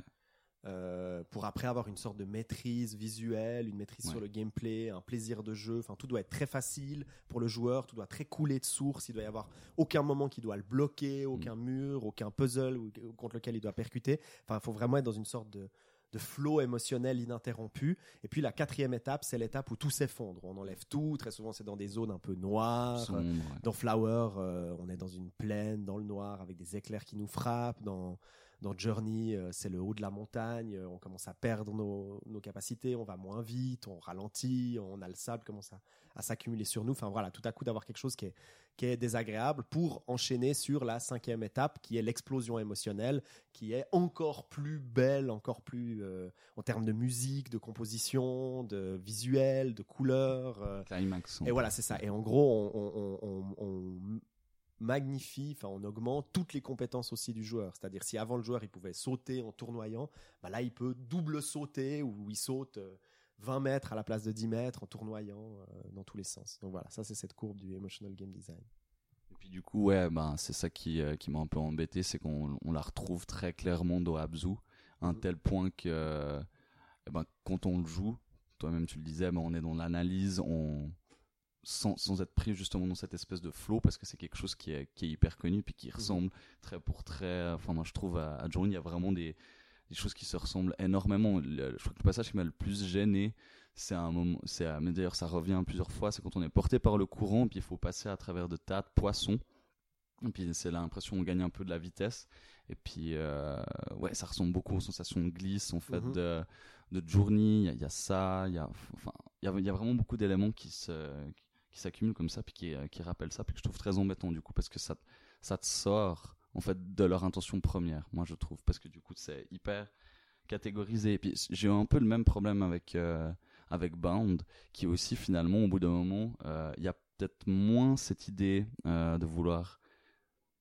euh, pour après avoir une sorte de maîtrise visuelle, une maîtrise Ouais. sur le gameplay, un plaisir de jeu. Enfin tout doit être très facile pour le joueur, tout doit très couler de source. Il doit y avoir aucun moment qui doit le bloquer, aucun mur, aucun puzzle ou- contre lequel il doit percuter. Enfin il faut vraiment être dans une sorte de de flow émotionnel ininterrompu. Et puis la quatrième étape, c'est l'étape où tout s'effondre. On enlève tout. Très souvent, c'est dans des zones un peu noires. Sombre, ouais. Dans Flower, euh, on est dans une plaine, dans le noir, avec des éclairs qui nous frappent. Dans, dans Journey, euh, c'est le haut de la montagne. Euh, on commence à perdre nos, nos capacités. On va moins vite, on ralentit. On a le sable qui commence à, à s'accumuler sur nous. Enfin voilà, tout à coup d'avoir quelque chose qui est, qui est désagréable pour enchaîner sur la cinquième étape, qui est l'explosion émotionnelle, qui est encore plus belle, encore plus euh, en termes de musique, de composition, de visuel, de couleurs. euh, Climax. et voilà, c'est ça. Et en gros, on, on- on- on magnifie, enfin, on augmente toutes les compétences aussi du joueur. C'est-à-dire, si avant le joueur, il pouvait sauter en tournoyant, bah là, il peut double sauter ou il saute euh, vingt mètres à la place de dix mètres en tournoyant euh, dans tous les sens. Donc voilà, ça, c'est cette courbe du emotional game design. Et puis du coup, ouais, ben, c'est ça qui, euh, qui m'a un peu embêté, c'est qu'on on la retrouve très clairement dans Abzu, à un tel point que euh, eh ben, quand on le joue, toi-même tu le disais, ben, on est dans l'analyse, on... sans, sans être pris justement dans cette espèce de flow, parce que c'est quelque chose qui est, qui est hyper connu, puis qui ressemble trait pour trait, enfin moi je trouve à, à Journey, il y a vraiment des, des choses qui se ressemblent énormément. Le- je crois que le passage qui m'a le plus gêné, c'est un moment, c'est à- mais d'ailleurs ça revient plusieurs fois, c'est quand on est porté par le courant, puis il faut passer à travers de tas de poissons, et puis c'est l'impression qu'on gagne un peu de la vitesse, et puis euh, ouais, ça ressemble beaucoup aux sensations de glisse en fait Mhm. de, de Journey. Il y, a- il y a ça, il y a, enfin, il y a, il y a vraiment beaucoup d'éléments qui se, qui s'accumulent comme ça, puis qui, qui rappellent ça, puis que je trouve très embêtant du coup, parce que ça, ça te sort en fait de leur intention première, moi je trouve, parce que du coup c'est hyper catégorisé. Et puis j'ai eu un peu le même problème avec euh, avec Bound, qui aussi finalement au bout d'un moment, euh, il y a peut-être moins cette idée euh, de vouloir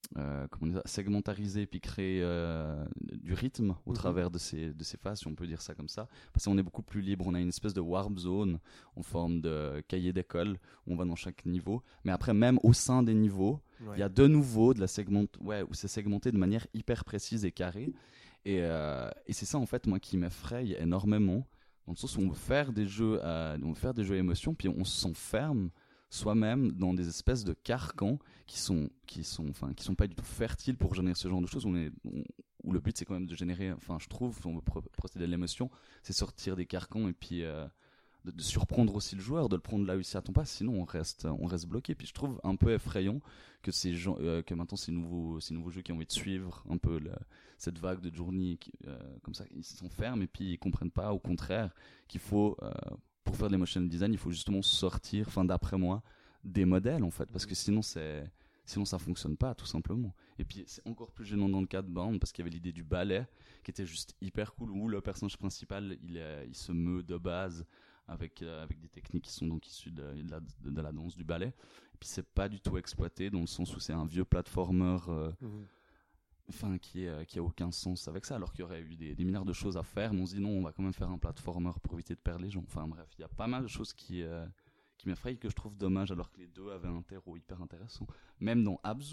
euh, comment dire, segmentariser puis créer euh, du rythme au mmh. travers de ces, de ces phases, si on peut dire ça comme ça. Parce qu'on est beaucoup plus libre. On a une espèce de warp zone en forme de cahier d'école où on va dans chaque niveau. Mais après, même au sein des niveaux, il ouais. y a de nouveau de la segment... ouais, où c'est segmenté de manière hyper précise et carrée. Et, euh, et c'est ça, en fait, moi, qui m'effraie énormément. Dans le sens où on veut faire des jeux, euh, on veut faire des jeux émotions, puis on s'enferme soi-même dans des espèces de carcans qui sont qui sont enfin qui sont pas du tout fertiles pour générer ce genre de choses. On est on, où le but c'est quand même de générer, enfin je trouve, si on veut pro- procéder de l'émotion, c'est sortir des carcans et puis euh, de, de surprendre aussi le joueur, de le prendre là où il s'y attend pas, sinon on reste on reste bloqué. Puis je trouve un peu effrayant que ces gens euh, que maintenant ces nouveaux ces nouveaux jeux qui ont envie de suivre un peu la, cette vague de journée qui, euh, comme ça, ils s'enferment et puis ils comprennent pas, au contraire, qu'il faut euh, pour faire de l'émotion design, il faut justement sortir, enfin d'après moi, des modèles en fait, parce que sinon c'est, sinon ça fonctionne pas tout simplement. Et puis c'est encore plus gênant dans le cas de Bound parce qu'il y avait l'idée du ballet qui était juste hyper cool, où le personnage principal il, est, il se meut de base avec euh, avec des techniques qui sont donc issues de, de, la, de, de la danse du ballet. Et puis c'est pas du tout exploité dans le sens où c'est un vieux platformer. Euh, mmh. Enfin, qui, est, euh, qui a aucun sens avec ça, alors qu'il y aurait eu des, des milliards de choses à faire, mais on se dit non, on va quand même faire un platformer pour éviter de perdre les gens. Enfin bref, il y a pas mal de choses qui, euh, qui m'effrayent, que je trouve dommage, alors que les deux avaient un terreau hyper intéressant. Même dans Abzu,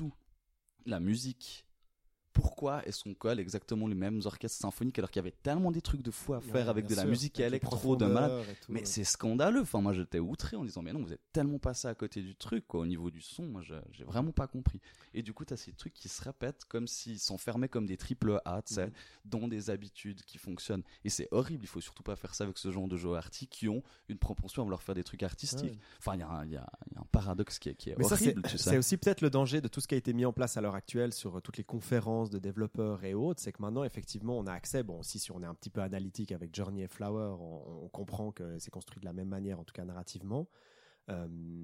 la musique, pourquoi est-ce qu'on colle exactement les mêmes orchestres symphoniques alors qu'il y avait tellement des trucs de fou à faire ouais, avec de sûr, la musique électro de malade, mais ouais. c'est scandaleux. Enfin moi j'étais outré en disant mais non, vous êtes tellement passé à côté du truc quoi, au niveau du son. Moi je, j'ai vraiment pas compris. Et du coup t'as ces trucs qui se répètent comme s'ils s'enfermaient comme des triple A, tu sais, mmh. dans des habitudes qui fonctionnent. Et c'est horrible. Il faut surtout pas faire ça avec ce genre de jeux arty qui ont une propension à vouloir faire des trucs artistiques. Ouais. Enfin il y, y, y a un paradoxe qui est, qui est mais horrible. Ça, c'est, tu sais. C'est aussi peut-être le danger de tout ce qui a été mis en place à l'heure actuelle sur toutes les conférences de développeurs et autres, c'est que maintenant effectivement on a accès, bon aussi si on est un petit peu analytique avec Journey et Flower, on, on comprend que c'est construit de la même manière, en tout cas narrativement. Euh,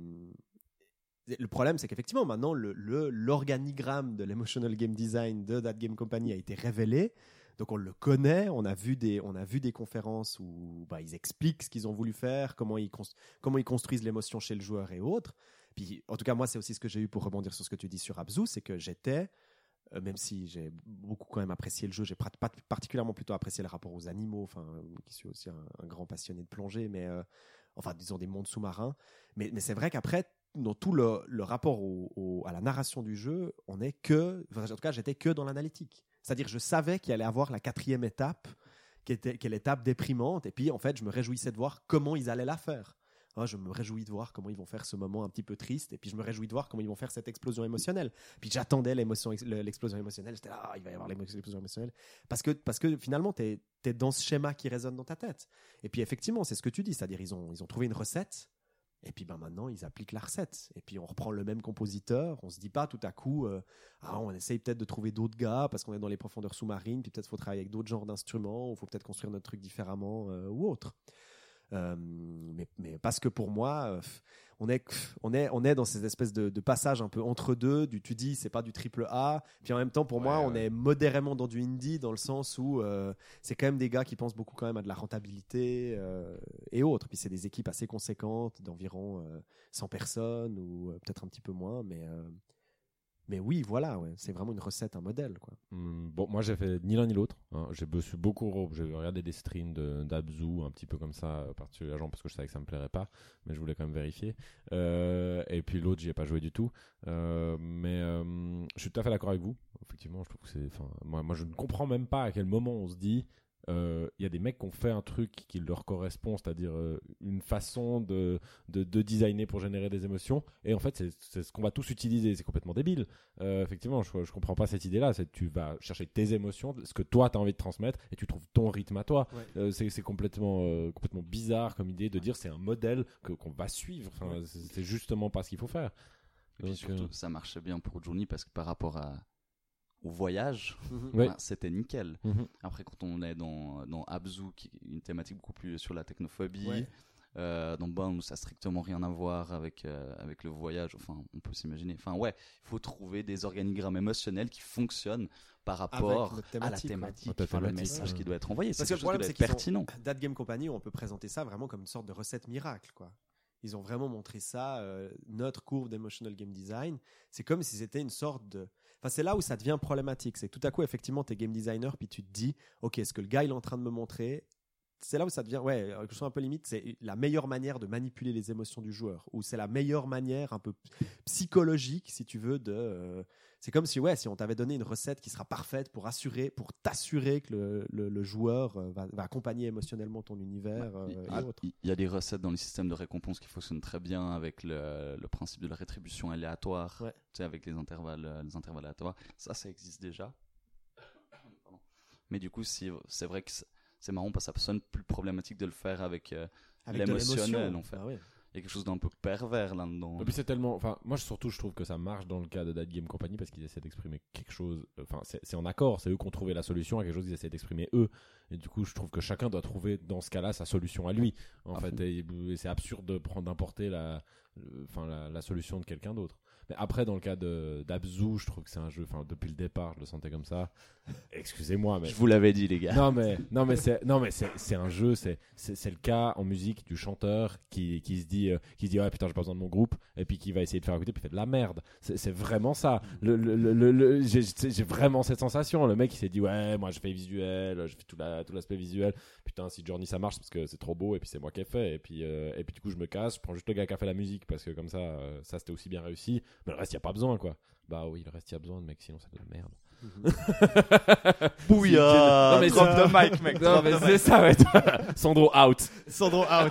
le problème c'est qu'effectivement maintenant le, le, l'organigramme de l'emotional game design de That Game Company a été révélé, donc on le connaît, on a vu des, on a vu des conférences où bah, ils expliquent ce qu'ils ont voulu faire, comment ils, cons- comment ils construisent l'émotion chez le joueur et autres. Puis en tout cas moi c'est aussi ce que j'ai eu pour rebondir sur ce que tu dis sur Abzu, c'est que j'étais Euh, même si j'ai beaucoup quand même apprécié le jeu, j'ai prat- pas particulièrement plutôt apprécié le rapport aux animaux, enfin, euh, qui suis aussi un, un grand passionné de plongée, mais euh, enfin, disons des mondes sous-marins. Mais, mais c'est vrai qu'après, dans tout le, le rapport au, au, à la narration du jeu, on est que, enfin, en tout cas, j'étais que dans l'analytique. C'est-à-dire, je savais qu'il allait avoir la quatrième étape, qui était, qui est l'étape déprimante, et puis en fait, je me réjouissais de voir comment ils allaient la faire. Hein, je me réjouis de voir comment ils vont faire ce moment un petit peu triste, et puis je me réjouis de voir comment ils vont faire cette explosion émotionnelle. Puis j'attendais l'émotion, l'explosion émotionnelle, j'étais là, ah, il va y avoir l'explosion émotionnelle. Parce que, parce que finalement, tu es dans ce schéma qui résonne dans ta tête. Et puis effectivement, c'est ce que tu dis, c'est-à-dire ils ont, ils ont trouvé une recette, et puis ben, maintenant ils appliquent la recette. Et puis on reprend le même compositeur, on se dit pas tout à coup, euh, ah, on essaye peut-être de trouver d'autres gars, parce qu'on est dans les profondeurs sous-marines, puis peut-être faut travailler avec d'autres genres d'instruments, ou faut peut-être construire notre truc différemment, euh, ou autre. Euh, mais, mais parce que pour moi, euh, on est, on est, on est dans ces espèces de, de passages un peu entre deux. Du, tu dis, c'est pas du triple A. Puis en même temps, pour ouais, moi, ouais. on est modérément dans du indie dans le sens où euh, c'est quand même des gars qui pensent beaucoup quand même à de la rentabilité euh, et autres. Puis c'est des équipes assez conséquentes, d'environ euh, cent personnes ou euh, peut-être un petit peu moins, mais. Euh, Mais oui, voilà, ouais. C'est vraiment une recette, un modèle, quoi. Mmh, bon, moi, j'ai fait ni l'un ni l'autre. Hein. J'ai bossé beaucoup, j'ai regardé des streams de, d'Abzu, un petit peu comme ça, par-dessus l'agent, parce que je savais que ça me plairait pas, mais je voulais quand même vérifier. Euh, et puis l'autre, j'y ai pas joué du tout. Euh, mais euh, je suis tout à fait d'accord avec vous. Effectivement, je trouve que c'est. Enfin, moi, moi, je ne comprends même pas à quel moment on se dit. Il euh, y a des mecs qui ont fait un truc qui leur correspond, c'est-à-dire euh, une façon de, de, de designer pour générer des émotions, et en fait c'est, c'est ce qu'on va tous utiliser. C'est complètement débile. Euh, effectivement, je, je comprends pas cette idée-là. C'est tu vas chercher tes émotions, ce que toi tu as envie de transmettre, et tu trouves ton rythme à toi. Ouais. Euh, c'est, c'est complètement, euh, complètement bizarre comme idée de dire c'est un modèle que, qu'on va suivre. Enfin, ouais. c'est, c'est justement pas ce qu'il faut faire. Et puis surtout, euh... ça marchait bien pour Journey parce que par rapport à au voyage, mmh. ben, ouais. c'était nickel. Mmh. Après, quand on est dans, dans Abzu, qui est une thématique beaucoup plus sur la technophobie, ouais. euh, dans Bound, ça n'a strictement rien à voir avec, euh, avec le voyage. Enfin, on peut s'imaginer. Enfin, ouais, il faut trouver des organigrammes émotionnels qui fonctionnent par rapport à la thématique, ouais. enfin, le message ouais. qui doit être envoyé. Parce c'est que le problème, qui doit c'est être pertinent. Ont, That Game Company, on peut présenter ça vraiment comme une sorte de recette miracle, quoi. Ils ont vraiment montré ça, euh, notre courbe d'emotional game design. C'est comme si c'était une sorte de... Enfin, c'est là où ça devient problématique. C'est que tout à coup, effectivement, tu es game designer, puis tu te dis, OK, ce que le gars il est en train de me montrer, c'est là où ça devient, ouais, quelque chose un peu limite, c'est la meilleure manière de manipuler les émotions du joueur, ou c'est la meilleure manière un peu psychologique, si tu veux, de... Euh, c'est comme si, ouais, si on t'avait donné une recette qui sera parfaite pour assurer, pour t'assurer que le, le, le joueur va, va accompagner émotionnellement ton univers euh, il, et autres. Il y a des recettes dans les systèmes de récompense qui fonctionnent très bien avec le, le principe de la rétribution aléatoire, Ouais. tu sais, avec les intervalles, les intervalles aléatoires. Ça, ça existe déjà. Pardon. Mais du coup, c'est, c'est vrai que c'est, c'est marrant parce que ça sonne plus problématique de le faire avec, euh, Avec de l'émotionnel, l'émotion. en fait. Ah ouais. Il y a quelque chose d'un peu pervers là-dedans. Et puis c'est tellement, enfin, moi surtout je trouve que ça marche dans le cas de That Game Company parce qu'ils essaient d'exprimer quelque chose. Enfin, c'est, c'est en accord, c'est eux qui ont trouvé la solution à quelque chose qu'ils essaient d'exprimer eux. Et du coup, je trouve que chacun doit trouver dans ce cas-là sa solution à lui. En À fait, et, et c'est absurde de prendre d'importer la, enfin la, la solution de quelqu'un d'autre. Mais après, dans le cas de d'Abzu, je trouve que c'est un jeu. Enfin, depuis le départ, je le sentais comme ça. Excusez-moi, mais Je vous l'avais dit, les gars. non mais non mais c'est non mais c'est c'est un jeu, c'est c'est c'est le cas en musique du chanteur qui qui se dit euh, qui se dit ouais putain j'ai pas besoin de mon groupe et puis qui va essayer de faire écouter puis il fait de la merde. C'est c'est vraiment ça. Le le le, le, le- j'ai j'ai vraiment cette sensation. Le mec il s'est dit ouais moi je fais visuel, je fais tout la tout l'aspect visuel. Putain si Journey ça marche c'est parce que c'est trop beau et puis c'est moi qui ai fait et puis euh, et puis du coup je me casse, je prends juste le gars qui a fait la musique parce que comme ça euh, ça c'était aussi bien réussi. Mais le reste il y a pas besoin quoi. Bah oui le reste il y a besoin de mec sinon c'est de la merde. Bouillard. Non, mais Drop c'est- the mic, mec. Non drop mais the c'est mic. ça ouais. Sandro out. Sandro out.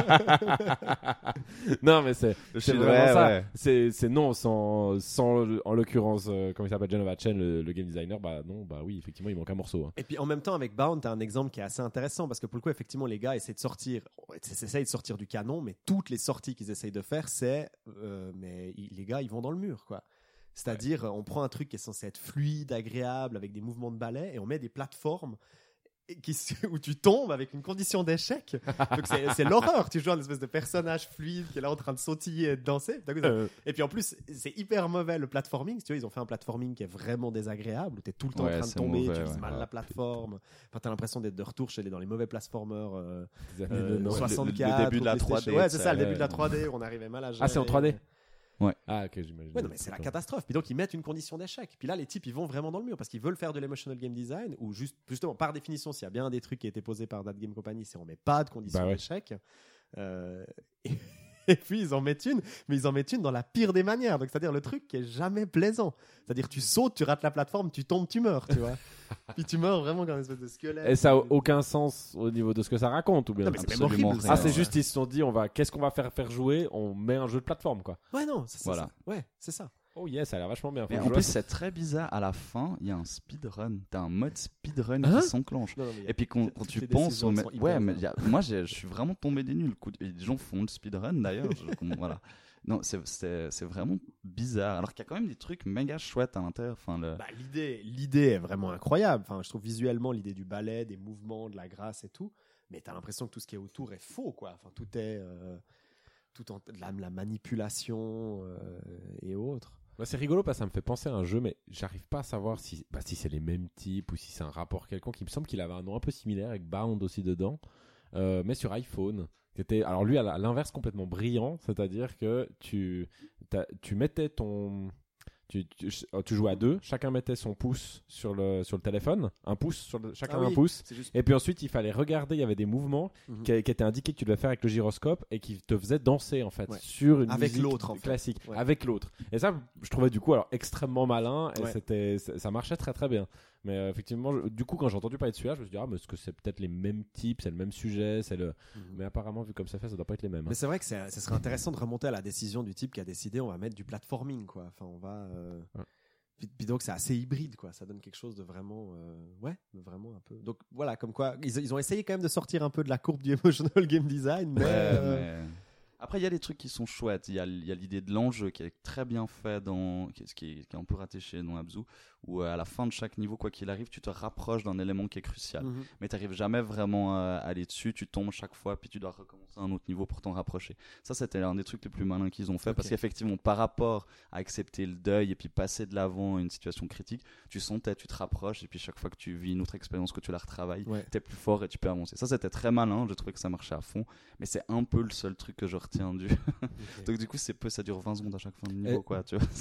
Non mais c'est Le c'est shit, vraiment ouais, ça. ouais. C'est c'est non sans sans en l'occurrence euh, comment il s'appelle Genova Chen le, le game designer bah non bah oui effectivement il manque un morceau. Hein. Et puis en même temps, avec Bound, tu as un exemple qui est assez intéressant parce que pour le coup, effectivement, les gars essaient de sortir, essayent de sortir du canon, mais toutes les sorties qu'ils essayent de faire, c'est euh, mais ils- les gars, ils vont dans le mur, quoi. C'est-à-dire, on prend un truc qui est censé être fluide, agréable, avec des mouvements de ballet, et on met des plateformes qui, où tu tombes avec une condition d'échec. Donc c'est, c'est l'horreur. Tu joues un espèce de personnage fluide qui est là en train de sautiller et de danser. Euh, Et puis en plus, c'est hyper mauvais le platforming. Tu vois, ils ont fait un platforming qui est vraiment désagréable où tu es tout le temps Ouais, en train de c'est tomber, mauvais, tu vises ouais. mal Ah, la plateforme. Enfin, tu as l'impression d'être de retour chez les, dans les mauvais platformers euh, des années euh, de- ouais, soixante-quatre. le- le début de la ou PlayStation. trois D, Ouais, c'est ça, le ouais. début de la trois D. On arrivait mal à gérer. Ah c'est en trois D. Ouais. Ah ok j'imagine. Ouais, non, mais c'est la catastrophe. Puis donc, ils mettent une condition d'échec. Puis là, les types, ils vont vraiment dans le mur parce qu'ils veulent faire de l'emotional game design ou juste, justement, par définition, s'il y a bien des trucs qui étaient posés par That Game Company, c'est on met pas de condition Bah ouais. d'échec. Euh, et, et puis, ils en mettent une, mais ils en mettent une dans la pire des manières. Donc, c'est-à-dire le truc qui est jamais plaisant. C'est-à-dire, tu sautes, tu rates la plateforme, tu tombes, tu meurs, tu vois. Puis tu meurs vraiment comme une espèce de squelette. Et ça a aucun sens au niveau de ce que ça raconte ou bien. Non, mais c'est même Absolument horrible. rien. Ah ça. c'est juste ils se sont dit on va qu'est-ce qu'on va faire faire jouer on met un jeu de plateforme quoi. Ouais, non, c'est ça. Voilà. c'est- Ouais, c'est ça. Oh yes ça a l'air vachement bien. Faut Mais que en je plus, joue à c'est très bizarre. À la fin, il y a un speedrun. T'as un mode speedrun Hein qui s'enclenche. Non, non, mais il y a- Et puis quand, toutes quand tu les penses décisions au sont me- hyper ouais mais bonnes. il y a- moi j'ai- je suis vraiment tombé des nuls. Coup de- et les gens font le speedrun d'ailleurs. je- comme- voilà. Non, c'est c'est c'est vraiment bizarre. Alors qu'il y a quand même des trucs méga chouettes à l'intérieur. Enfin le. Bah, l'idée, l'idée est vraiment incroyable. Enfin, je trouve visuellement l'idée du ballet, des mouvements, de la grâce et tout. Mais t'as l'impression que tout ce qui est autour est faux, quoi. Enfin, tout est euh, tout en la, la manipulation euh, et autres. Bah, c'est rigolo parce que ça me fait penser à un jeu, mais j'arrive pas à savoir si, bah, si c'est les mêmes types ou si c'est un rapport quelconque. Il me semble qu'il avait un nom un peu similaire avec Bound aussi dedans, euh, mais sur iPhone. Qui était, alors lui, à la- à l'inverse, complètement brillant, c'est-à-dire que tu, t'as- tu mettais ton. Tu, tu, tu jouais à deux, chacun mettait son pouce sur le, sur le téléphone, un pouce, sur le, chacun Ah oui, un pouce. c'est juste. Et puis ensuite, il fallait regarder, il y avait des mouvements Mhm. qui, qui étaient indiqués que tu devais faire avec le gyroscope et qui te faisaient danser en fait Ouais. sur une Avec musique l'autre, en fait. classique, Ouais. avec l'autre. Et ça, je trouvais du coup alors extrêmement malin et Ouais. c'était, ça ça marchait très très bien. Mais euh, effectivement, je- du coup, quand j'ai entendu parler de celui-là, je me suis dit ah mais est-ce que c'est peut-être les mêmes types, c'est le même sujet, c'est le. Mhm. Mais apparemment, vu comme ça fait, ça doit pas être les mêmes. hein. Mais c'est vrai que c'est- ce serait intéressant de remonter à la décision du type qui a décidé on va mettre du platforming, quoi. Enfin, on va. euh, Ouais. Puis, puis donc c'est assez hybride, quoi. Ça donne quelque chose de vraiment, euh, ouais, vraiment un peu. Donc voilà, comme quoi ils, ils ont essayé quand même de sortir un peu de la courbe du emotional game design, mais. Ouais, euh, mais- Après, il y a des trucs qui sont chouettes. Il y a, il y a l'idée de l'enjeu qui est très bien fait, dans, qui, est- qui, est, qui est un peu raté chez dans Abzu, où euh, à la fin de chaque niveau, quoi qu'il arrive, tu te rapproches d'un élément qui est crucial. mhm. Mais tu n'arrives jamais vraiment à aller dessus, tu tombes chaque fois, puis tu dois recommencer un autre niveau pour t'en rapprocher. Ça, c'était un des trucs les plus malins qu'ils ont fait, parce Ok. qu'effectivement, par rapport à accepter le deuil et puis passer de l'avant à une situation critique, tu sentais, tu te rapproches, et puis chaque fois que tu vis une autre expérience, que tu la retravailles, Ouais. t'es plus fort et tu peux avancer. Ça, c'était très malin, j'ai trouvé que ça marchait à fond, mais c'est un peu le seul truc que je retiens du... Ok. Donc du coup, c'est peu, ça dure vingt secondes à chaque fin de niveau, Et- quoi, tu vois. Et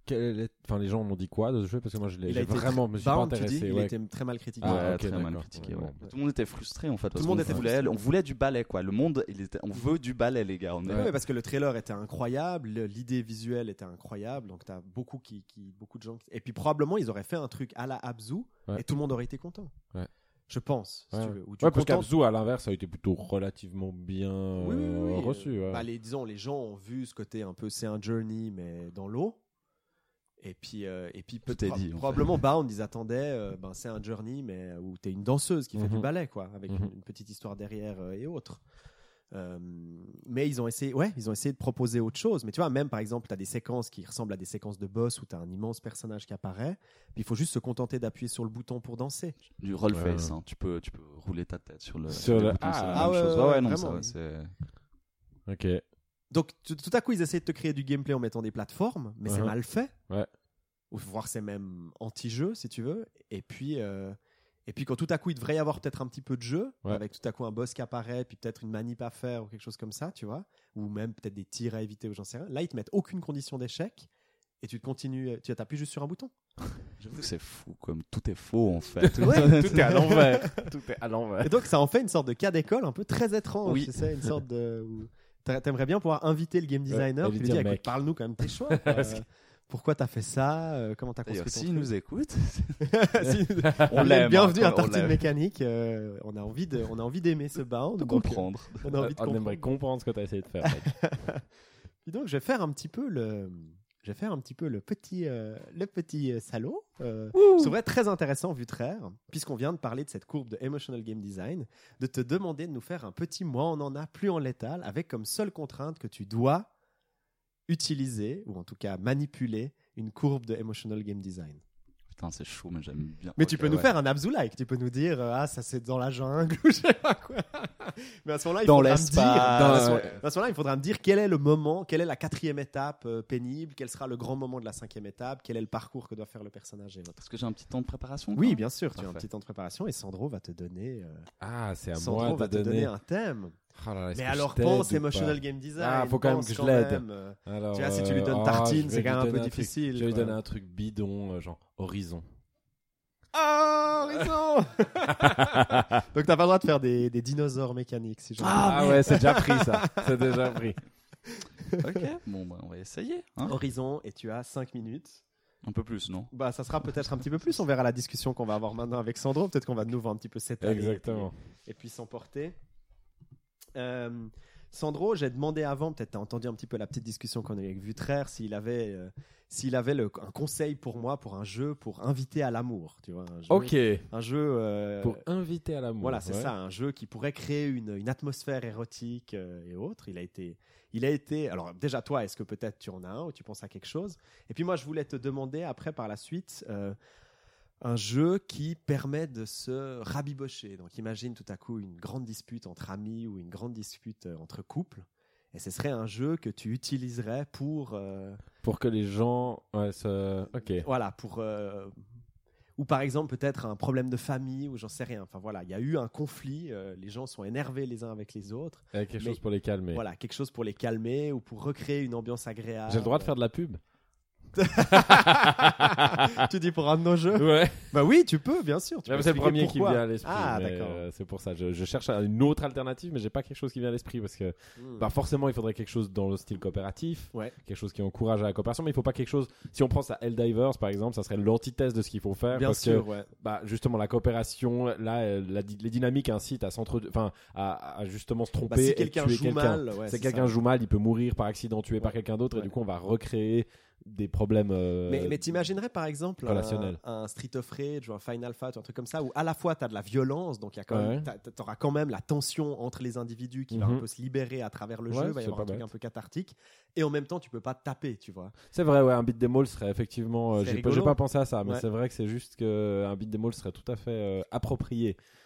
quel est- enfin, les gens m'ont dit quoi de ce jeu parce que moi je l'ai Il a j'ai été vraiment me suis pas Bound, tu intéressé. dis, il ouais. a été très mal critiqué. Ah, Ouais, ok, très mal d'accord. critiqué. Ouais, ouais. bon. Tout le monde était frustré en fait. parce le monde qu'on était voulait, frustré. on voulait du ballet quoi. Le monde, il était, on veut du ballet les gars. On est- Ouais, ouais, parce que le trailer était incroyable, le- l'idée visuelle était incroyable, donc t'as beaucoup qui, qui, beaucoup de gens. Qui... Et puis probablement ils auraient fait un truc à la Abzu Ouais. et tout le monde aurait été content. Ouais. Je pense. Si Ouais. tu veux. Ou tu Ouais, parce contentes- qu'Abzu, à l'inverse, ça a été plutôt relativement bien Oui, oui, euh, oui. reçu. ouais. Bah, les, disons, les gens ont vu ce côté un peu, c'est un journey mais dans l'eau. Et puis, euh, et puis Tout peut- est pro- dit, en probablement Bound, ils attendaient, euh, ben, c'est un journey mais où t'es une danseuse qui fait du Mhm. ballet, quoi, avec Mhm. une, une petite histoire derrière euh, et autres. Euh, mais ils ont essayé, ouais, ils ont essayé de proposer autre chose. Mais tu vois, même par exemple, tu as des séquences qui ressemblent à des séquences de boss où tu as un immense personnage qui apparaît. Puis il faut juste se contenter d'appuyer sur le bouton pour danser. Du roll Ouais. face, hein. tu peux, tu peux rouler ta tête sur le. Sur les le- boutons, c'est Ah. la Ah même ouais, chose. ouais, Ouais, ouais, ouais, non, vraiment, ça, oui. c'est. Ok. Donc tout, tout à coup, ils essaient de te créer du gameplay en mettant des plateformes, mais c'est Mhm. mal fait. Ouais. Ou voire c'est même anti-jeu, si tu veux. Et puis, euh, et puis quand tout à coup, il devrait y avoir peut-être un petit peu de jeu, Ouais. avec tout à coup un boss qui apparaît, puis peut-être une manip à faire ou quelque chose comme ça, tu vois. Ou même peut-être des tirs à éviter ou j'en sais rien. Là, ils te mettent aucune condition d'échec. Et tu te continues, tu appuies juste sur un bouton. J'avoue que c'est fou, comme tout est faux en fait. Ouais. Tout est à l'envers. Tout est à l'envers. Et donc ça en fait une sorte de cas d'école un peu très étrange, Oui. tu sais, une sorte de où t'a- t'aimerais bien pouvoir inviter le game designer et et lui lui dire, dire écoute, mec. parle-nous quand même tes choix. quoi. Parce que- Euh, Pourquoi t'as fait ça euh, Comment t'as D'ailleurs, construit ton s'il truc nous écoute, Si- on on l'aime, l'aime. Bienvenue hein, à on Tartine l'aime. Mécanique. euh, on a envie de, on a envie d'aimer ce bound. de donc, euh, comprendre. on a envie de On comprendre. aimerait comprendre ce que tu as essayé de faire. mec. Puis donc, je vais faire un petit peu le, je vais faire un petit peu le petit, euh, le petit euh, salaud. Euh, c'est vrai très intéressant vu de rare, puisqu'on vient de parler de cette courbe de emotional game design, de te demander de nous faire un petit moins on en a, plus en létal, avec comme seule contrainte que tu dois utiliser ou en tout cas manipuler une courbe de emotional game design. Putain, c'est chaud, mais j'aime bien. Mais Ok, tu peux nous ouais. faire un Abzu-like, tu peux nous dire euh, ah ça c'est dans la jungle ou je sais pas quoi. Mais à ce moment-là, il Dans faudra me l'espace. dire, à ce- Ouais. à ce moment-là, il faudra me dire quel est le moment, quelle est la quatrième étape euh, pénible, quel sera le grand moment de la cinquième étape, quel est le parcours que doit faire le personnage et votre. Est-ce que j'ai un petit temps de préparation Oui, quand bien sûr, tu as un Parfait. petit temps de préparation et Sandro va te donner. euh, Ah, c'est à Sandro moi va de te donner donner. un thème. Oh là là, est-ce Mais que alors je t'aide pense ou emotional pas game design. Ah, faut quand même pense que je quand l'aide. même, euh, Alors, Tu vois, si tu lui donnes euh, tartine, oh, je c'est vais quand même lui un peu donner difficile, truc- Je vais lui quoi. donner un truc bidon, euh, genre Horizon. Ah, Horizon. Donc t'as pas le droit de faire des, des dinosaures mécaniques si je Ah, Ah ouais, c'est déjà pris ça. C'est déjà pris. Ok, bon, bah, on va essayer. Hein. Horizon et tu as cinq minutes. Un peu plus, non Bah, ça sera peut-être un petit peu plus. On verra la discussion qu'on va avoir maintenant avec Sandro. Peut-être qu'on va de nouveau un petit peu s'étaler. Exactement. Et puis, et puis s'emporter. Euh, Sandro, j'ai demandé avant, peut-être tu as entendu un petit peu la petite discussion qu'on a eu avec Vutraire, s'il avait, euh, s'il avait le, un conseil pour moi, pour un jeu, pour inviter à l'amour. Tu vois, un jeu, Ok. Un jeu. euh, Pour inviter à l'amour. Voilà, c'est ouais. ça, un jeu qui pourrait créer une, une atmosphère érotique euh, et autres. Il a été, il a été. Alors déjà toi, est-ce que peut-être tu en as un ou tu penses à quelque chose? Et puis moi, je voulais te demander après par la suite euh, un jeu qui permet de se rabibocher. Donc imagine tout à coup une grande dispute entre amis ou une grande dispute euh, entre couples. Et ce serait un jeu que tu utiliserais pour, euh, Pour que les gens. Ouais, ça... Ok. voilà, pour. euh, ou par exemple peut-être un problème de famille ou j'en sais rien. Enfin voilà, il y a eu un conflit, euh, les gens sont énervés les uns avec les autres. Il y a quelque Mais- chose pour les calmer. Voilà, quelque chose pour les calmer ou pour recréer une ambiance agréable. J'ai le droit de faire de la pub. Tu dis pour un de nos jeux? Ouais. Bah oui, tu peux, bien sûr. Tu Ouais, peux mais c'est le expliquer premier qui me pourquoi. vient à l'esprit. Ah, mais, d'accord. euh, c'est pour ça. Je, je cherche une autre alternative, mais j'ai pas quelque chose qui vient à l'esprit parce que Hmm. bah, forcément, il faudrait quelque chose dans le style coopératif, Ouais. quelque chose qui encourage à la coopération, mais il faut pas quelque chose. Si on prend ça Helldivers par exemple, ça serait l'antithèse de ce qu'il faut faire Bien parce sûr, que ouais. bah, justement la coopération, là, euh, la di- les dynamiques incitent à s'entre, enfin, à, à justement se tromper. Bah, si et quelqu'un tuer joue quelqu'un. mal, ouais, c'est c'est quelqu'un ça. joue mal, il peut mourir par accident, tué par Ouais. quelqu'un d'autre, et Ouais. du coup, on va recréer des problèmes. euh, Mais, mais t'imaginerais par exemple un, relationnel. un Street of Rage ou un Final Fight ou un truc comme ça où à la fois tu as de la violence, donc il y a quand Ouais. même, t'as- t'auras quand même la tension entre les individus qui va un Mhm. peu se libérer à travers le Ouais, jeu, il va y c'est avoir un pas truc bête. un peu cathartique et en même temps tu peux pas te taper, tu vois. C'est vrai, ouais, un beat them all serait effectivement. euh, C'est j'ai pas, rigolo. j'ai pas pensé à ça, mais Ouais. c'est vrai que c'est juste qu'un beat them all serait tout à fait euh, approprié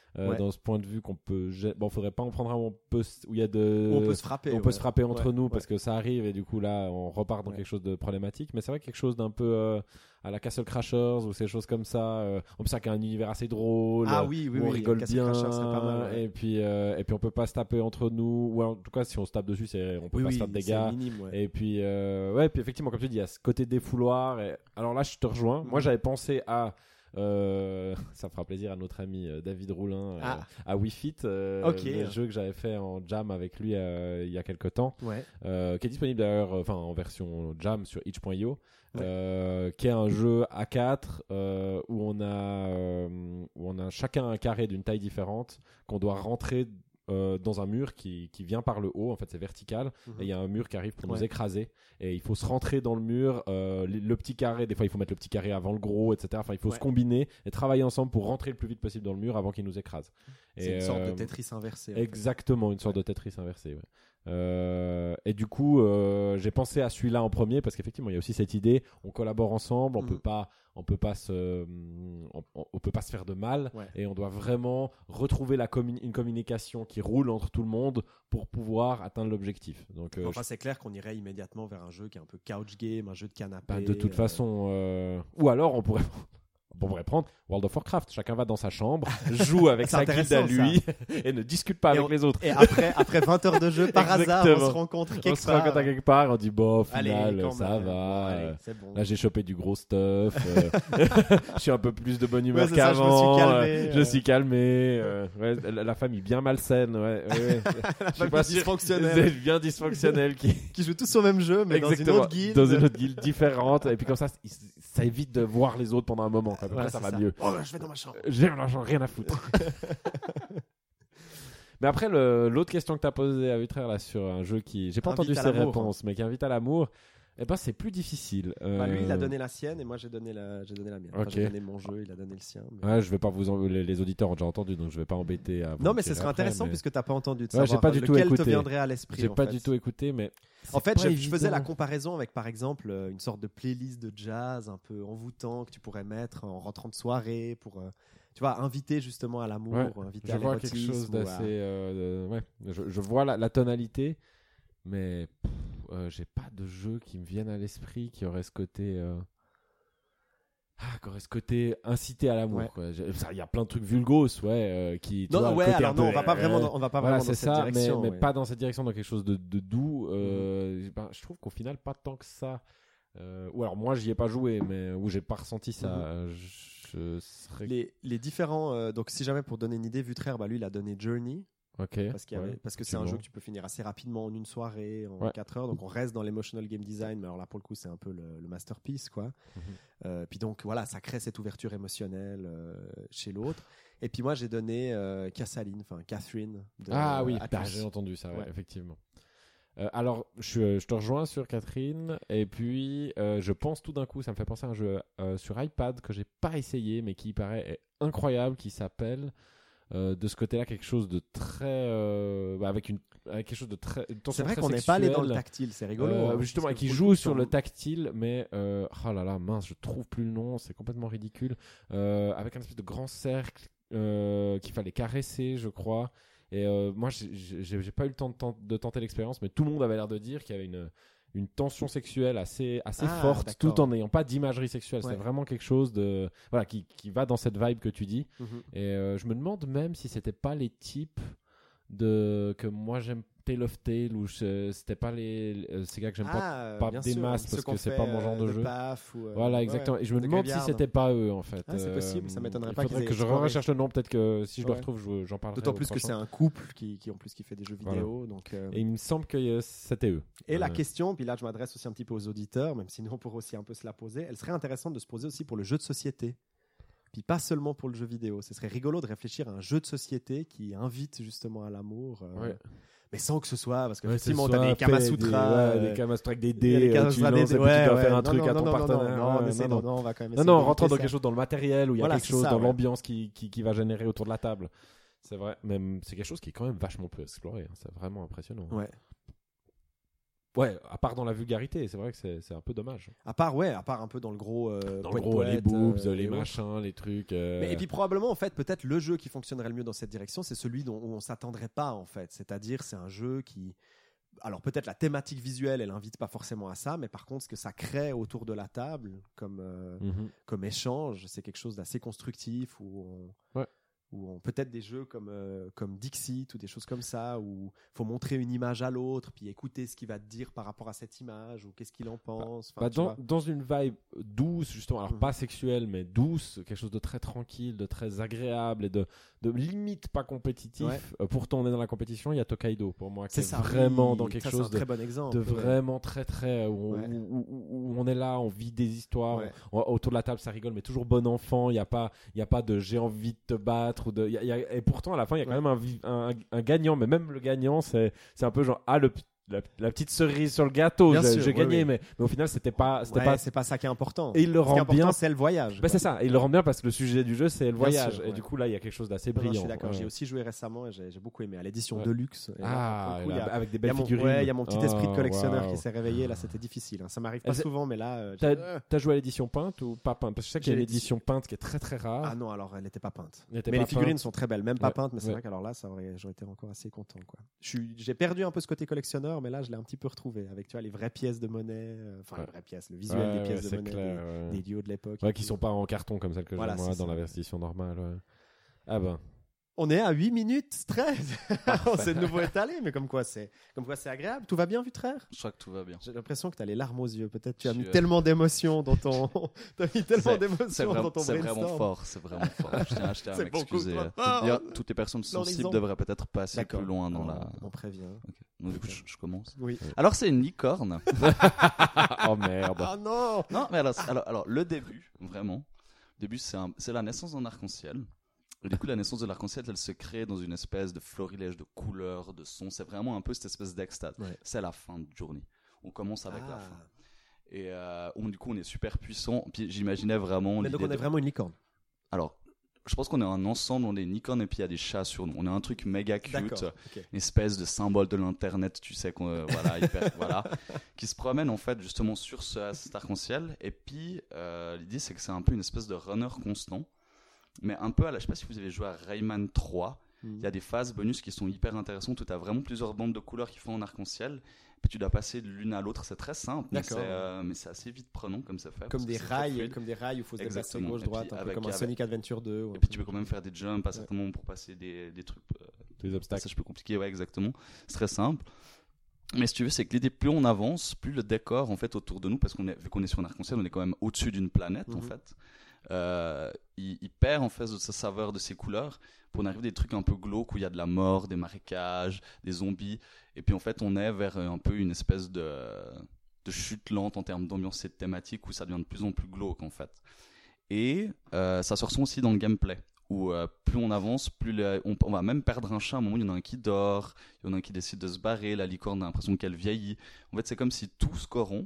euh, Ouais. dans ce point de vue qu'on peut. gê- Bon, faudrait pas en prendre un où on peut, s- où il y a de. Où on peut se frapper. on ouais. peut se frapper entre Ouais, nous ouais. parce que ça arrive et du coup là on repart dans Ouais. quelque chose de problématique. Mais c'est vrai quelque chose d'un peu euh, à la Castle Crashers ou ces choses comme ça. Euh, en plus ça a un univers assez drôle. Ah euh, oui, oui, où on oui. rigole Castle bien Crashers, serait pas mal, ouais. et puis euh, et puis on peut pas se taper entre nous ou en tout cas si on se tape dessus c'est on peut Oui, pas oui, se faire de c'est dégâts. minime, ouais. Et puis, euh, ouais, puis effectivement, comme tu dis, il y a ce côté défouloir. Et... Alors là, je te rejoins. Moi, Mhm. j'avais pensé à. euh, ça fera plaisir à notre ami euh, David Roulin, euh, Ah. à Wii Fit, euh, Ok. le jeu que j'avais fait en jam avec lui euh, il y a quelques temps, Ouais. euh, qui est disponible d'ailleurs euh, enfin, en version jam sur itch point io, Ouais. euh, qui est un jeu à quatre euh, où, on a, euh, où on a chacun un carré d'une taille différente qu'on doit rentrer euh, dans un mur qui, qui vient par le haut, en fait c'est vertical, Mhm. et il y a un mur qui arrive pour nous Ouais. écraser et il faut se rentrer dans le mur, euh, le, le petit carré, des fois il faut mettre le petit carré avant le gros, etc. Enfin il faut Ouais. se combiner et travailler ensemble pour rentrer le plus vite possible dans le mur avant qu'il nous écrase. C'est Et, une sorte de euh, Tetris inversé. en fait. Exactement, une sorte de Tetris inversé. Ouais. Euh, et du coup, euh, j'ai pensé à celui-là en premier parce qu'effectivement, il y a aussi cette idée, on collabore ensemble, on Mhm. peut pas, on peut pas se, on, on- on peut pas se faire de mal, Ouais. et on doit vraiment retrouver la communi- une communication qui roule entre tout le monde pour pouvoir atteindre l'objectif. Donc, euh, Enfin, c'est clair qu'on irait immédiatement vers un jeu qui est un peu couch game, un jeu de canapé. bah, de toute euh, façon, euh, ou alors on pourrait. On pourrait prendre World of Warcraft. Chacun va dans sa chambre, joue avec C'est sa guilde à intéressant, lui et ne discute pas Et avec on- les autres. Et après, après vingt heures de jeu, par hasard, on Exactement. se rencontre On quelque se part. rencontre à quelque part, on dit bon, au Allez, final, quand ça même. va. Bon, allez, euh, c'est bon. Là, j'ai chopé du gros stuff. euh, je suis un peu plus de bonne humeur Ouais, c'est ça, je me suis qu'avant. calmé, euh, Je euh. suis calmé. euh, ouais, la, la famille bien malsaine. Ouais, ouais, ouais. La Je suis famille pas sûr- dysfonctionnelle. C'est bien dysfonctionnel qui. Qui joue tous sur le même jeu, mais dans une Exactement, autre guilde. dans une autre guilde différente. Et puis comme ça, il- ça évite de voir les autres pendant un moment. Quoi. Donc Voilà, là, ça c'est va mieux. Oh, bah, je vais dans ma chambre. J'ai l'argent, rien à foutre. Mais après, le- l'autre question que tu as posée à Utrecht là sur un jeu qui. J'ai pas Invite entendu à ses l'amour. réponses, mais qui invite à l'amour, eh ben, c'est plus difficile. Bah, lui, il a Euh, donné la sienne et moi, j'ai donné la, j'ai donné la mienne. Enfin, Ok. j'ai donné mon jeu, il a donné le sien. mais- Ouais, je vais pas vous en- les, les auditeurs ont déjà entendu, donc je vais pas embêter à vous Non, le mais ce tirer serait après, intéressant mais puisque t'as pas entendu de Ouais, j'ai savoir pas du tout lequel te écouté. viendrait à l'esprit. j'ai en pas fait. du tout écouté, mais En c'est fait, pas je, je faisais la évident. comparaison avec, par exemple, euh, une sorte de playlist de jazz un peu envoûtant que tu pourrais mettre en rentrant de soirée pour, euh, tu vois, inviter justement à l'amour, Ouais, ou inviter je à vois quelque l'érotisme. chose ou à- d'assez. euh, de- ouais, je, je vois la, la tonalité, mais pff, euh, j'ai pas de jeu qui me vienne à l'esprit qui aurait ce côté. euh, Ah, qui aurait ce côté incité à l'amour. Ouais. quoi. J'ai- ça, Il y a plein de trucs vulgos, ouais, euh, qui. tu Non, vois, le ouais, côté alors un non, peu, on va pas vraiment, euh, dans, on va pas Voilà, vraiment dans c'est cette ça, mais, direction. mais ouais. pas dans cette direction, dans quelque chose de, de doux. euh, ben, je trouve qu'au final, pas tant que ça. Euh, ou alors, moi, j'y ai pas joué, mais où j'ai pas ressenti ça. Mhm. euh, Je serais. Les, les différents, euh, donc si jamais pour donner une idée, Vutraire, bah lui, il a donné Journey. Ok. Parce, qu'il y avait- ouais, parce que c'est un effectivement. jeu que tu peux finir assez rapidement en une soirée, en Ouais. quatre heures. Donc on reste dans l'emotional game design, mais alors là pour le coup c'est un peu le, le masterpiece, quoi. Mhm. Euh, puis donc voilà, ça crée cette ouverture émotionnelle euh, chez l'autre. Et puis moi j'ai donné euh, Cassaline, enfin Catherine. De, Ah oui, euh, bah, Atlus. j'ai entendu ça, ouais, Ouais. effectivement. Euh, alors, je, je te rejoins sur Catherine, et puis euh, je pense tout d'un coup, ça me fait penser à un jeu euh, sur iPad que j'ai pas essayé, mais qui paraît est incroyable, qui s'appelle euh, de ce côté-là quelque chose de très, euh, bah, avec une, avec quelque chose de très, une tension C'est vrai très qu'on n'est pas allé dans le sexuelle. tactile, c'est rigolo. Euh, hein, justement, parce et que qui pour joue coup, sur ton- le tactile, mais euh, oh là là, mince, je trouve plus le nom, c'est complètement ridicule. Euh, avec un espèce de grand cercle euh, qu'il fallait caresser, je crois. Et euh, moi, j'ai- j'ai j'ai pas eu le temps de, tent- de tenter l'expérience, mais tout le monde avait l'air de dire qu'il y avait une, une tension sexuelle assez, assez Ah, forte, d'accord. tout en n'ayant pas d'imagerie sexuelle. Ouais. C'est vraiment quelque chose de, voilà, qui, qui va dans cette vibe que tu dis. Mhm. Et euh, je me demande même si c'était pas les types de que moi j'aime Tale of Tale ou je- c'était pas les euh, ces gars que j'aime pas. Ah, pas bien des sûr, masses, ceux parce qu'on que c'est fait, pas mon genre de euh, jeu. P A F ou, euh, Voilà, ouais, exactement. ouais, Et je me de demande si Graveyard. c'était pas eux en fait. Ah, c'est possible, ça m'étonnerait il pas qu'ils faudrait aient que je exploré. recherche le nom, peut-être que si je le Ouais. retrouve, je- j'en parlerai. D'autant au plus que prochain. c'est un couple qui, qui en plus qui fait des jeux Voilà. vidéo. Donc, euh, Et il me semble que euh, c'était eux. Et la Euh, question, puis là je m'adresse aussi un petit peu aux auditeurs, même si nous on pourrait aussi un peu se la poser, elle serait intéressante de se poser aussi pour le jeu de société. Puis pas seulement pour le jeu vidéo. Ce serait rigolo de réfléchir à un jeu de société qui invite justement à l'amour. euh, Ouais. Mais sans que ce soit, parce Ouais, qu'effectivement, c'est tu as des soit Kamasutra. fait euh, Des, ouais, des Kamasutra avec des il y a dés. des euh, tu Kamasutra, lances des- et puis tu ouais, dois ouais, faire un non, truc non, à non, ton non, non, partenaire. non, on Ouais, essaie non, de- non. non, on va quand même Non, essayer non, on d'éviter rentre dans ça. quelque chose dans le matériel où il y a Voilà, quelque c'est chose ça, dans ouais. l'ambiance qui, qui, qui va générer autour de la table. C'est vrai, même c'est quelque chose qui est quand même vachement peu exploré. hein. C'est vraiment impressionnant. Ouais. Ouais, à part dans la vulgarité, c'est vrai que c'est, c'est un peu dommage. À part, ouais, à part un peu dans le gros. Euh, Dans le poète, gros, les poète, boobs, euh, les et machins, les trucs. euh, Mais, et puis probablement, en fait, peut-être le jeu qui fonctionnerait le mieux dans cette direction, c'est celui dont où on s'attendrait pas, en fait. C'est-à-dire, c'est un jeu qui. Alors peut-être la thématique visuelle, elle invite pas forcément à ça, mais par contre, ce que ça crée autour de la table, comme euh, mhm. comme échange, c'est quelque chose d'assez constructif où on, Ouais. où on peut-être des jeux comme euh, comme Dixit ou des choses comme ça où faut montrer une image à l'autre puis écouter ce qu'il va te dire par rapport à cette image ou qu'est-ce qu'il en pense. Enfin, Bah, tu dans, vois. dans une vibe douce, justement, alors Mhm. pas sexuelle, mais douce, quelque chose de très tranquille, de très agréable et de, de limite pas compétitif. Ouais. Euh, pourtant, on est dans la compétition, il y a Tokaido pour moi, qui C'est est ça, vraiment oui. dans quelque Ça, c'est chose un de, très bon exemple. de ouais. vraiment très très. Où, on- Ouais. où- où- où on est là, on vit des histoires, Ouais. on- autour de la table ça rigole, mais toujours bon enfant, il n'y a, pas- il y a pas de j'ai envie de te battre. Ou de, il y a- il y a- et pourtant, à la fin, il y a quand Ouais. même un, vi- un, un gagnant, mais même le gagnant, c'est, c'est un peu genre, ah, le La, la petite cerise sur le gâteau, Bien j'ai, sûr, j'ai oui, gagné, oui. Mais, mais au final, c'était pas, c'était Ouais, pas. c'est pas ça qui est important. Et il le Ce qui est rend important, bien. c'est le voyage. Bah, quoi. c'est ça, et il le rend bien parce que le sujet du jeu, c'est le Bien voyage. sûr, et ouais. du coup, là, il y a quelque chose d'assez Non, non, brillant. je suis d'accord. Ouais. J'ai aussi joué récemment et j'ai, j'ai beaucoup aimé à l'édition Ouais. de luxe. Et là, Ah, pour le coup, et là, il y a- avec des Il y, a belles mon, figurines. ouais, il y a mon petit esprit de Oh, collectionneur waouh. qui s'est réveillé. Là, c'était difficile. hein. Ça m'arrive Ah, pas c'est- souvent, mais là. euh, T'as, j'ai- euh, t'as joué à l'édition peinte ou pas peinte? Parce que je sais qu'il y a J'ai une édition peinte qui est très très rare. Ah non, alors elle n'était pas peinte. Elle était Mais pas les figurines peinte. sont très belles, même pas Ouais, peintes, mais c'est ouais. vrai qu'alors là, ça aurait, j'aurais été encore assez content. Quoi. Je suis, j'ai perdu un peu ce côté collectionneur, mais là, je l'ai un petit peu retrouvé avec tu vois, les vraies pièces de monnaie, euh, enfin Ouais. les vraies pièces, le visuel Ouais, des ouais, pièces de c'est monnaie, clair, des, ouais. des duos de l'époque. Ouais, qui sont pas en carton comme celle que Voilà, j'ai moi c'est dans ça. la version normale. Ouais. Ah ben. On est à huit minutes treize. On s'est de nouveau étalé, mais comme quoi, c'est, comme quoi c'est agréable. Tout va bien, Vutraire? Je crois que tout va bien. J'ai l'impression que tu as les larmes aux yeux. Peut-être tu as Je mis suis, euh, tellement d'émotions dans ton. Tu as mis tellement C'est- C'est, d'émotions vra- dans ton c'est brainstorm. vraiment fort, c'est vraiment fort. Je tiens, je tiens à C'est beaucoup m'excuser. trop Euh, fort. D'ailleurs, toutes les personnes sensibles L'horizon. devraient peut-être passer D'accord. plus loin dans On- la. On prévient. Ok. Donc, du coup, je, je commence. Oui. Alors, c'est une licorne. Oh merde. Ah non. Non, mais alors, alors, alors, le début, vraiment, le début, c'est, un- c'est la naissance d'un arc-en-ciel. Et du coup, la naissance de l'arc-en-ciel, elle se crée dans une espèce de florilège de couleurs, de sons. C'est vraiment un peu cette espèce d'extase. Ouais. C'est la fin de journée. On commence avec la Ah. fin. Et euh, on- du coup, on est super puissant. Puis j'imaginais vraiment. Mais donc l'idée on est de- vraiment une licorne. Alors, je pense qu'on est un ensemble, on est une licorne et puis il y a des chats sur nous. On est un truc méga cute. D'accord. ok. Une espèce de symbole de l'internet, tu sais, qu'on, euh, voilà, hyper- voilà, qui se promène en fait justement sur ce, cet arc-en-ciel. Et puis euh, l'idée c'est que c'est un peu une espèce de runner constant, mais un peu à la, je sais pas si vous avez joué à Rayman trois. Hmm. Il y a des phases bonus qui sont hyper intéressantes où tu as vraiment plusieurs bandes de couleurs qui font en arc-en-ciel. Puis tu dois passer de l'une à l'autre, c'est très simple, mais c'est, D'accord. euh, mais c'est assez vite prenant comme ça fait. Comme parce que des c'est très rails, fluide. comme des rails où il faut se déplacer Exactement. gauche Et droite, puis un peu avec- comme un avec- Sonic Adventure deux. ou un Et puis truc tu peux quand même faire des jumps à certains moments pour passer des, des trucs. euh, Des obstacles. passage plus compliqué, ouais, exactement. C'est très simple. Mais si tu veux, c'est que l'idée, plus on avance, plus le décor, en fait, autour de nous, parce qu'on est, vu qu'on est sur un arc-en-ciel, on est quand même au-dessus d'une planète, en Mhm. fait. Euh, il, il perd, en fait, de sa saveur, de ses couleurs, pour en arriver à des trucs un peu glauques où il y a de la mort, des marécages, des zombies. Et puis, en fait, on est vers euh, un peu une espèce de, de chute lente en termes d'ambiance et de thématique où ça devient de plus en plus glauque, en fait. Et euh, ça se ressent aussi dans le gameplay. Où euh, plus on avance, plus le- on, on va même perdre un chat. À un moment, il y en a un qui dort, il y en a un qui décide de se barrer, la licorne a l'impression qu'elle vieillit. En fait, c'est comme si tout se corrompt.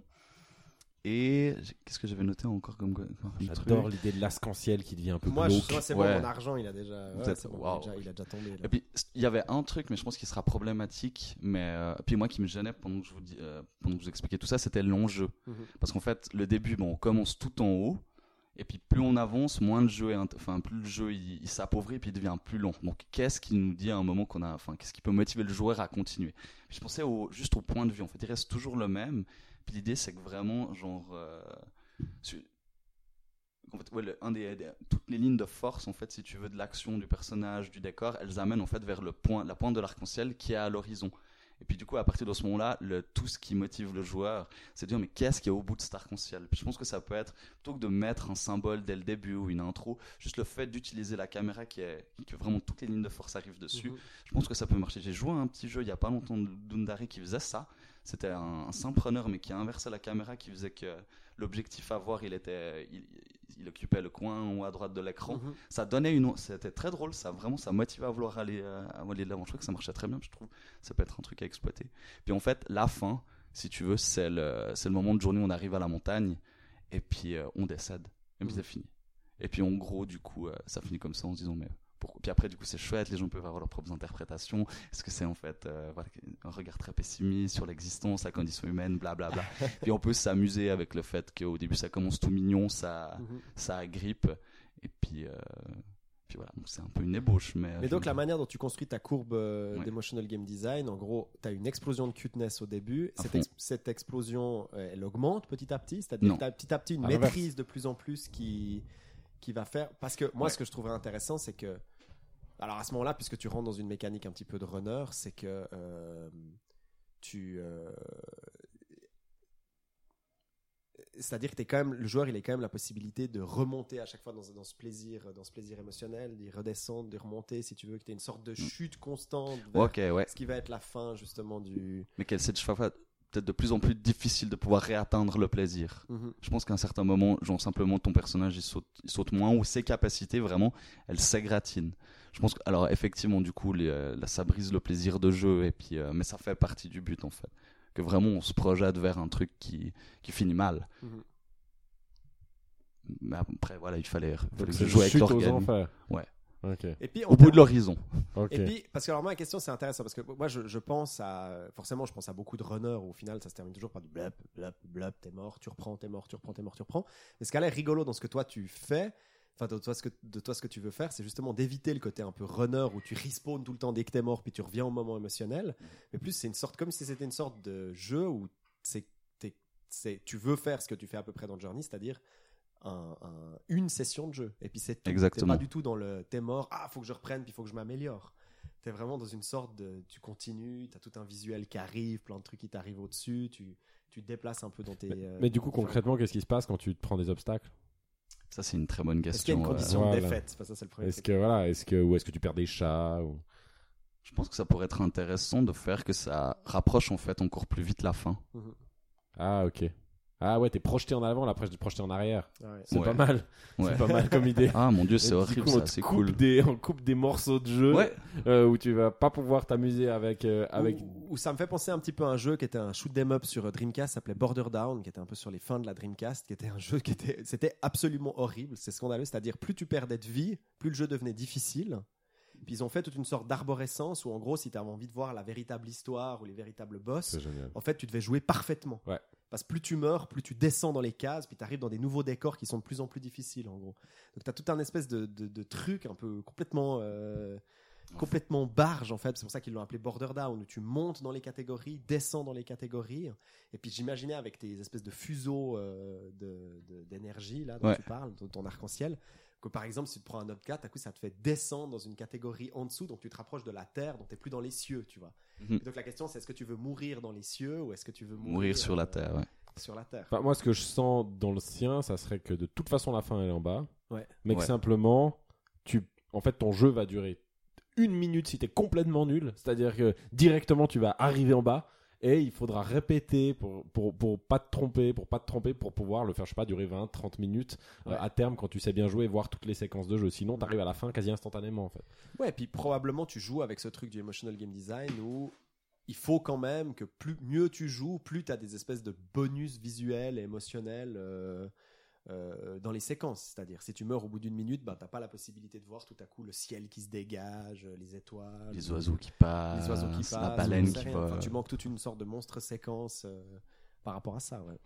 Et j'ai- qu'est-ce que j'avais noté encore comme, comme J'adore truc l'idée de l'arc-en-ciel qui devient un peu Moi, je- glauque. moi, c'est Ouais. bon, mon argent, il a déjà, ouais, Peut-être, c'est bon, waouh. il, a déjà il a déjà tombé. là. Et puis, il y avait un truc, mais je pense qu'il sera problématique. Mais euh, puis moi, qui me gênait pendant que je vous dis, euh, pendant que je vous expliquais tout ça, c'était l'enjeu. Mhm. Parce qu'en fait, le début, bon, on commence tout en haut. Et puis plus on avance, moins le jeu est, int- enfin plus le jeu il, il s'appauvrit et puis il devient plus long. Donc qu'est-ce qui nous dit à un moment qu'on a, enfin qu'est-ce qui peut motiver le joueur à continuer? Puis je pensais au, juste au point de vue. En fait, il reste toujours le même. Puis l'idée c'est que vraiment genre, euh, sur- en fait, ouais, le- un des, des- toutes les lignes de force en fait, si tu veux, de l'action du personnage, du décor, elles amènent en fait vers le point, la pointe de l'arc-en-ciel qui est à l'horizon. Et puis du coup, à partir de ce moment-là, le, tout ce qui motive le joueur, c'est de dire mais qu'est-ce qu'il y a au bout de cet arc-en-ciel. Puis je pense que ça peut être, plutôt que de mettre un symbole dès le début ou une intro, juste le fait d'utiliser la caméra qui est, que vraiment toutes les lignes de force arrivent dessus, Mhm. je pense que ça peut marcher. J'ai joué à un petit jeu il y a pas longtemps de Dundari qui faisait ça. C'était un, un simple runner mais qui a inversé la caméra, qui faisait que l'objectif à voir, il était, il, il occupait le coin en haut à droite de l'écran. Mhm. Ça donnait une, c'était très drôle, ça vraiment, ça motivait à vouloir aller, euh, à aller de l'avant. Je trouve que ça marchait très bien, je trouve. Ça peut être un truc à exploiter. Puis en fait, la fin, si tu veux, c'est le, c'est le moment de journée où on arrive à la montagne et puis euh, on décède. Et puis Mhm. c'est fini. Et puis en gros, du coup, euh, ça finit comme ça en se disant mais pour... Puis après, du coup, c'est chouette, les gens peuvent avoir leurs propres interprétations. Est-ce que c'est en fait euh, voilà, un regard très pessimiste sur l'existence, la condition humaine, blablabla. Puis on peut s'amuser avec le fait qu'au début, ça commence tout mignon, ça, mm-hmm. ça agrippe. Et puis, euh... puis voilà, donc c'est un peu une ébauche. Mais, mais donc, la manière dont tu construis ta courbe euh, ouais. d'emotional game design, en gros, tu as une explosion de cuteness au début. Cette, ex- cette explosion, euh, elle augmente petit à petit. C'est-à-dire que tu as petit à petit une à maîtrise l'inverse. de plus en plus qui, qui va faire. Parce que moi, ouais. ce que je trouverais intéressant, c'est que. Alors à ce moment-là, puisque tu rentres dans une mécanique un petit peu de runner, c'est que euh, tu. Euh, c'est-à-dire que t'es quand même, le joueur, il a quand même la possibilité de remonter à chaque fois dans, dans ce plaisir, dans ce plaisir émotionnel, d'y redescendre, d'y remonter, si tu veux, que t'aies une sorte de chute constante vers okay, ouais. ce qui va être la fin justement du. Mais qu'elle c'est chaque fois peut-être de plus en plus difficile de pouvoir réatteindre le plaisir. Mm-hmm. Je pense qu'à un certain moment, genre simplement ton personnage il saute, il saute moins ou ses capacités vraiment, elles s'égratignent. Je pense que, alors effectivement, du coup, les, euh, là, ça brise le plaisir de jeu et puis, euh, mais ça fait partie du but en fait. Que vraiment on se projette vers un truc qui, qui finit mal. Mm-hmm. Mais après, voilà, il fallait, il fallait que je joue avec l'organe. Ouais. Okay. Et puis, au bout de l'horizon. Okay. Et puis, parce que alors moi, la question c'est intéressant parce que moi, je, je pense à, forcément, je pense à beaucoup de runners où au final, ça se termine toujours par du blop, blop, blop, t'es mort, tu reprends, t'es mort, tu reprends, t'es mort, tu reprends. Mais ce qui a l'air rigolo dans ce que toi tu fais, enfin, de toi, ce que, de toi, ce que tu veux faire, c'est justement d'éviter le côté un peu runner où tu respawns tout le temps dès que t'es mort, puis tu reviens au moment émotionnel. Mais plus, c'est une sorte, comme si c'était une sorte de jeu où c'est, t'es, c'est, tu veux faire ce que tu fais à peu près dans le Journey, c'est-à-dire Un, un, une session de jeu et puis c'est tout. Exactement. T'es pas du tout dans le t'es mort, ah faut que je reprenne puis faut que je m'améliore. T'es vraiment dans une sorte de tu continues, t'as tout un visuel qui arrive, plein de trucs qui t'arrivent au-dessus, tu, tu te déplaces un peu dans tes. Mais, euh, mais du coup concrètement qu'est-ce qui se passe quand tu te prends des obstacles? Ça c'est une très bonne question. Est-ce qu'il y a une condition euh, de voilà. défaite? C'est pas ça, c'est le premier. Est-ce que voilà, est-ce que ou est-ce que tu perds des chats ou... Je pense que ça pourrait être intéressant de faire que ça rapproche en fait encore plus vite la fin. Mm-hmm. Ah ok. Ah ouais, t'es projeté en avant, là, projeté en arrière. Ah ouais. C'est ouais. pas mal. Ouais. C'est pas mal comme idée. Ah mon dieu, c'est Et horrible, coup, ça, c'est cool. Des, on coupe des morceaux de jeu ouais. euh, où tu vas pas pouvoir t'amuser avec. Euh, avec... Ou, ou ça me fait penser un petit peu à un jeu qui était un shoot 'em up sur Dreamcast, ça s'appelait Border Down, qui était un peu sur les fins de la Dreamcast, qui était un jeu qui était, c'était absolument horrible, c'est scandaleux, c'est-à-dire plus tu perdais de vie, plus le jeu devenait difficile. Puis ils ont fait toute une sorte d'arborescence où en gros si tu avais envie de voir la véritable histoire ou les véritables boss, en fait tu devais jouer parfaitement. Ouais. Parce que plus tu meurs, plus tu descends dans les cases, puis tu arrives dans des nouveaux décors qui sont de plus en plus difficiles en gros. Donc tu as tout un espèce de, de, de truc un peu complètement, euh, complètement barge en fait. C'est pour ça qu'ils l'ont appelé Border Down, où tu montes dans les catégories, descends dans les catégories. Et puis j'imaginais avec tes espèces de fuseaux euh, de, de, d'énergie là dont ouais. tu parles, de ton arc-en-ciel. Que par exemple, si tu te prends un upcat, à coup, ça te fait descendre dans une catégorie en dessous, donc tu te rapproches de la terre, donc tu n'es plus dans les cieux, tu vois. Mm-hmm. Donc la question, c'est est-ce que tu veux mourir dans les cieux ou est-ce que tu veux mourir, mourir sur euh, la terre, ouais. Sur la terre. Enfin, moi, ce que je sens dans le sien, ça serait que de toute façon, la fin elle est en bas, ouais. mais que ouais. simplement, tu, en fait, ton jeu va durer une minute si tu es complètement nul, c'est-à-dire que directement, tu vas arriver en bas. Et il faudra répéter pour, pour, pour pas te tromper, pour pas te tromper, pour pouvoir le faire, je sais pas, durer vingt, trente minutes ouais. euh, à terme quand tu sais bien jouer et voir toutes les séquences de jeu. Sinon, tu arrives à la fin quasi instantanément en fait. Ouais, et puis probablement tu joues avec ce truc du emotional game design où il faut quand même que plus mieux tu joues, plus tu as des espèces de bonus visuels et émotionnels euh, euh, dans les séquences. C'est-à-dire, si tu meurs au bout d'une minute, bah, tu n'as pas la possibilité de voir tout à coup le ciel qui se dégage, les étoiles, les oiseaux qui passent, les oiseaux qui passent la baleine qui va. Enfin, va. tu manques toute une sorte de monstre séquence euh, par rapport à ça. Ouais.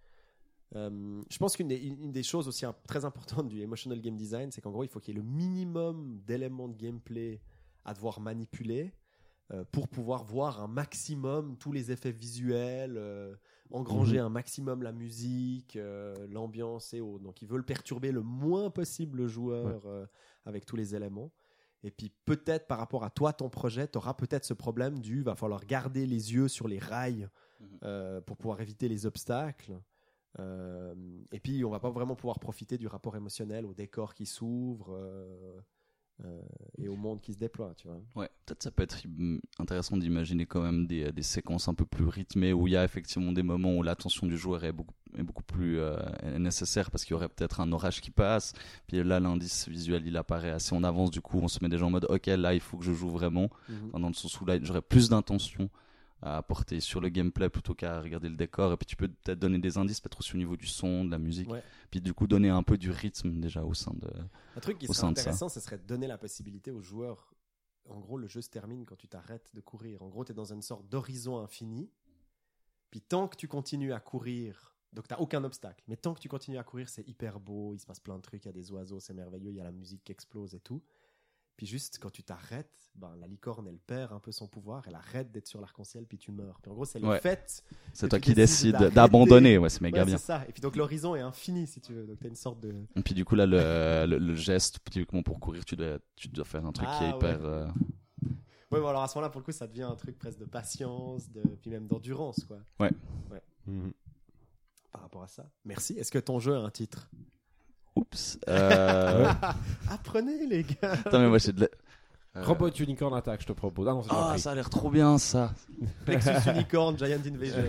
Euh, je pense qu'une des, une des choses aussi très importantes du emotional game design, c'est qu'en gros, il faut qu'il y ait le minimum d'éléments de gameplay à devoir manipuler euh, pour pouvoir voir un maximum tous les effets visuels, euh, engranger mmh. un maximum la musique, euh, l'ambiance et autres. Donc, ils veulent perturber le moins possible le joueur ouais. euh, avec tous les éléments. Et puis, peut-être par rapport à toi, ton projet, tu auras peut-être ce problème du va falloir garder les yeux sur les rails mmh. euh, pour pouvoir éviter les obstacles. Euh, et puis, on va pas vraiment pouvoir profiter du rapport émotionnel au décor qui s'ouvre. Euh, Euh, et au monde qui se déploie, tu vois. Ouais, peut-être ça peut être intéressant d'imaginer quand même des, des séquences un peu plus rythmées où il y a effectivement des moments où l'attention du joueur est beaucoup, est beaucoup plus euh, est nécessaire parce qu'il y aurait peut-être un orage qui passe, puis là l'indice visuel il apparaît assez en avance, du coup on se met déjà en mode ok là il faut que je joue vraiment, mm-hmm. dans le sens où là j'aurais plus d'intention à apporter sur le gameplay plutôt qu'à regarder le décor. Et puis tu peux peut-être donner des indices, peut-être aussi au niveau du son, de la musique. Ouais. Puis du coup donner un peu du rythme déjà au sein de. Un truc qui au serait sein de ça. intéressant, ce serait de donner la possibilité aux joueurs. En gros, le jeu se termine quand tu t'arrêtes de courir. En gros, tu es dans une sorte d'horizon infini. Puis tant que tu continues à courir, donc tu n'as aucun obstacle, mais tant que tu continues à courir, c'est hyper beau, il se passe plein de trucs, il y a des oiseaux, c'est merveilleux, il y a la musique qui explose et tout. Puis juste, quand tu t'arrêtes, ben, la licorne, elle perd un peu son pouvoir, elle arrête d'être sur l'arc-en-ciel, puis tu meurs. Puis en gros, c'est le Ouais. fait... C'est que toi tu qui décides décides d'arrêter. d'abandonner, ouais, c'est méga Ouais, bien. c'est ça. Et puis donc l'horizon est infini, si tu veux. Donc tu as une sorte de... Et puis du coup là, le, le, le geste, typiquement pour courir, tu dois, tu dois faire un truc qui est Ah, hyper. ouais. euh, Ouais, bon, alors à ce moment-là, pour le coup, ça devient un truc presque de patience, de... puis même d'endurance, quoi. Ouais. Ouais. Mhm. Par rapport à ça. Merci. Est-ce que ton jeu a un titre? Oups. Euh... Apprenez, les gars. Attends, mais moi j'ai de la. Euh, Robot Unicorn Attack, je te propose. Ah non, c'est pas Ah, pris. ça a l'air trop bien ça. Plexus Unicorn, Giant Invasion.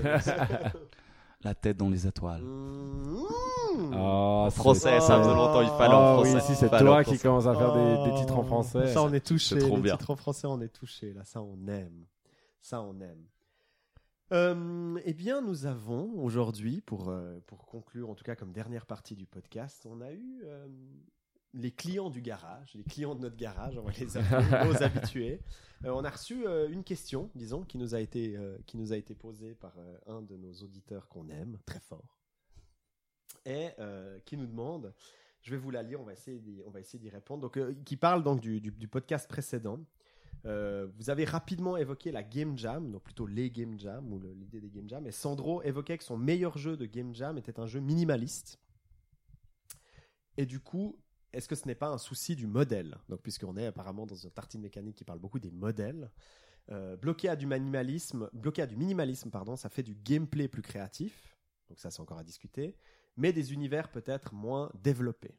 La tête dans les étoiles. Mmh. Ah, En c'est- français, ça faisait longtemps, il fallait en Ah français. oui, si c'est Fallait en toi qui français. commence à faire des, des Oh. titres en français. Ça, on est touché. c'est trop Les bien. titres en français, on est touché. Là, ça, on aime. Ça, on aime. Euh, eh bien, nous avons aujourd'hui, pour, euh, pour conclure, en tout cas comme dernière partie du podcast, on a eu euh, les clients du garage, les clients de notre garage, on va les appeler, nos habitués. Euh, on a reçu euh, une question, disons, qui nous a été, euh, qui nous a été posée par euh, un de nos auditeurs qu'on aime très fort, et euh, qui nous demande, je vais vous la lire, on va essayer d'y, on va essayer d'y répondre, donc, euh, qui parle donc du, du, du podcast précédent. Euh, vous avez rapidement évoqué la Game Jam, donc plutôt les Game Jam ou le, l'idée des Game Jam, et Sandro évoquait que son meilleur jeu de Game Jam était un jeu minimaliste. Et du coup, est-ce que ce n'est pas un souci du modèle? Donc, puisqu'on est apparemment dans une tartine mécanique qui parle beaucoup des modèles, euh, bloqué à du minimalisme, bloqué à du minimalisme, pardon, ça fait du gameplay plus créatif. Donc ça, c'est encore à discuter, mais des univers peut-être moins développés.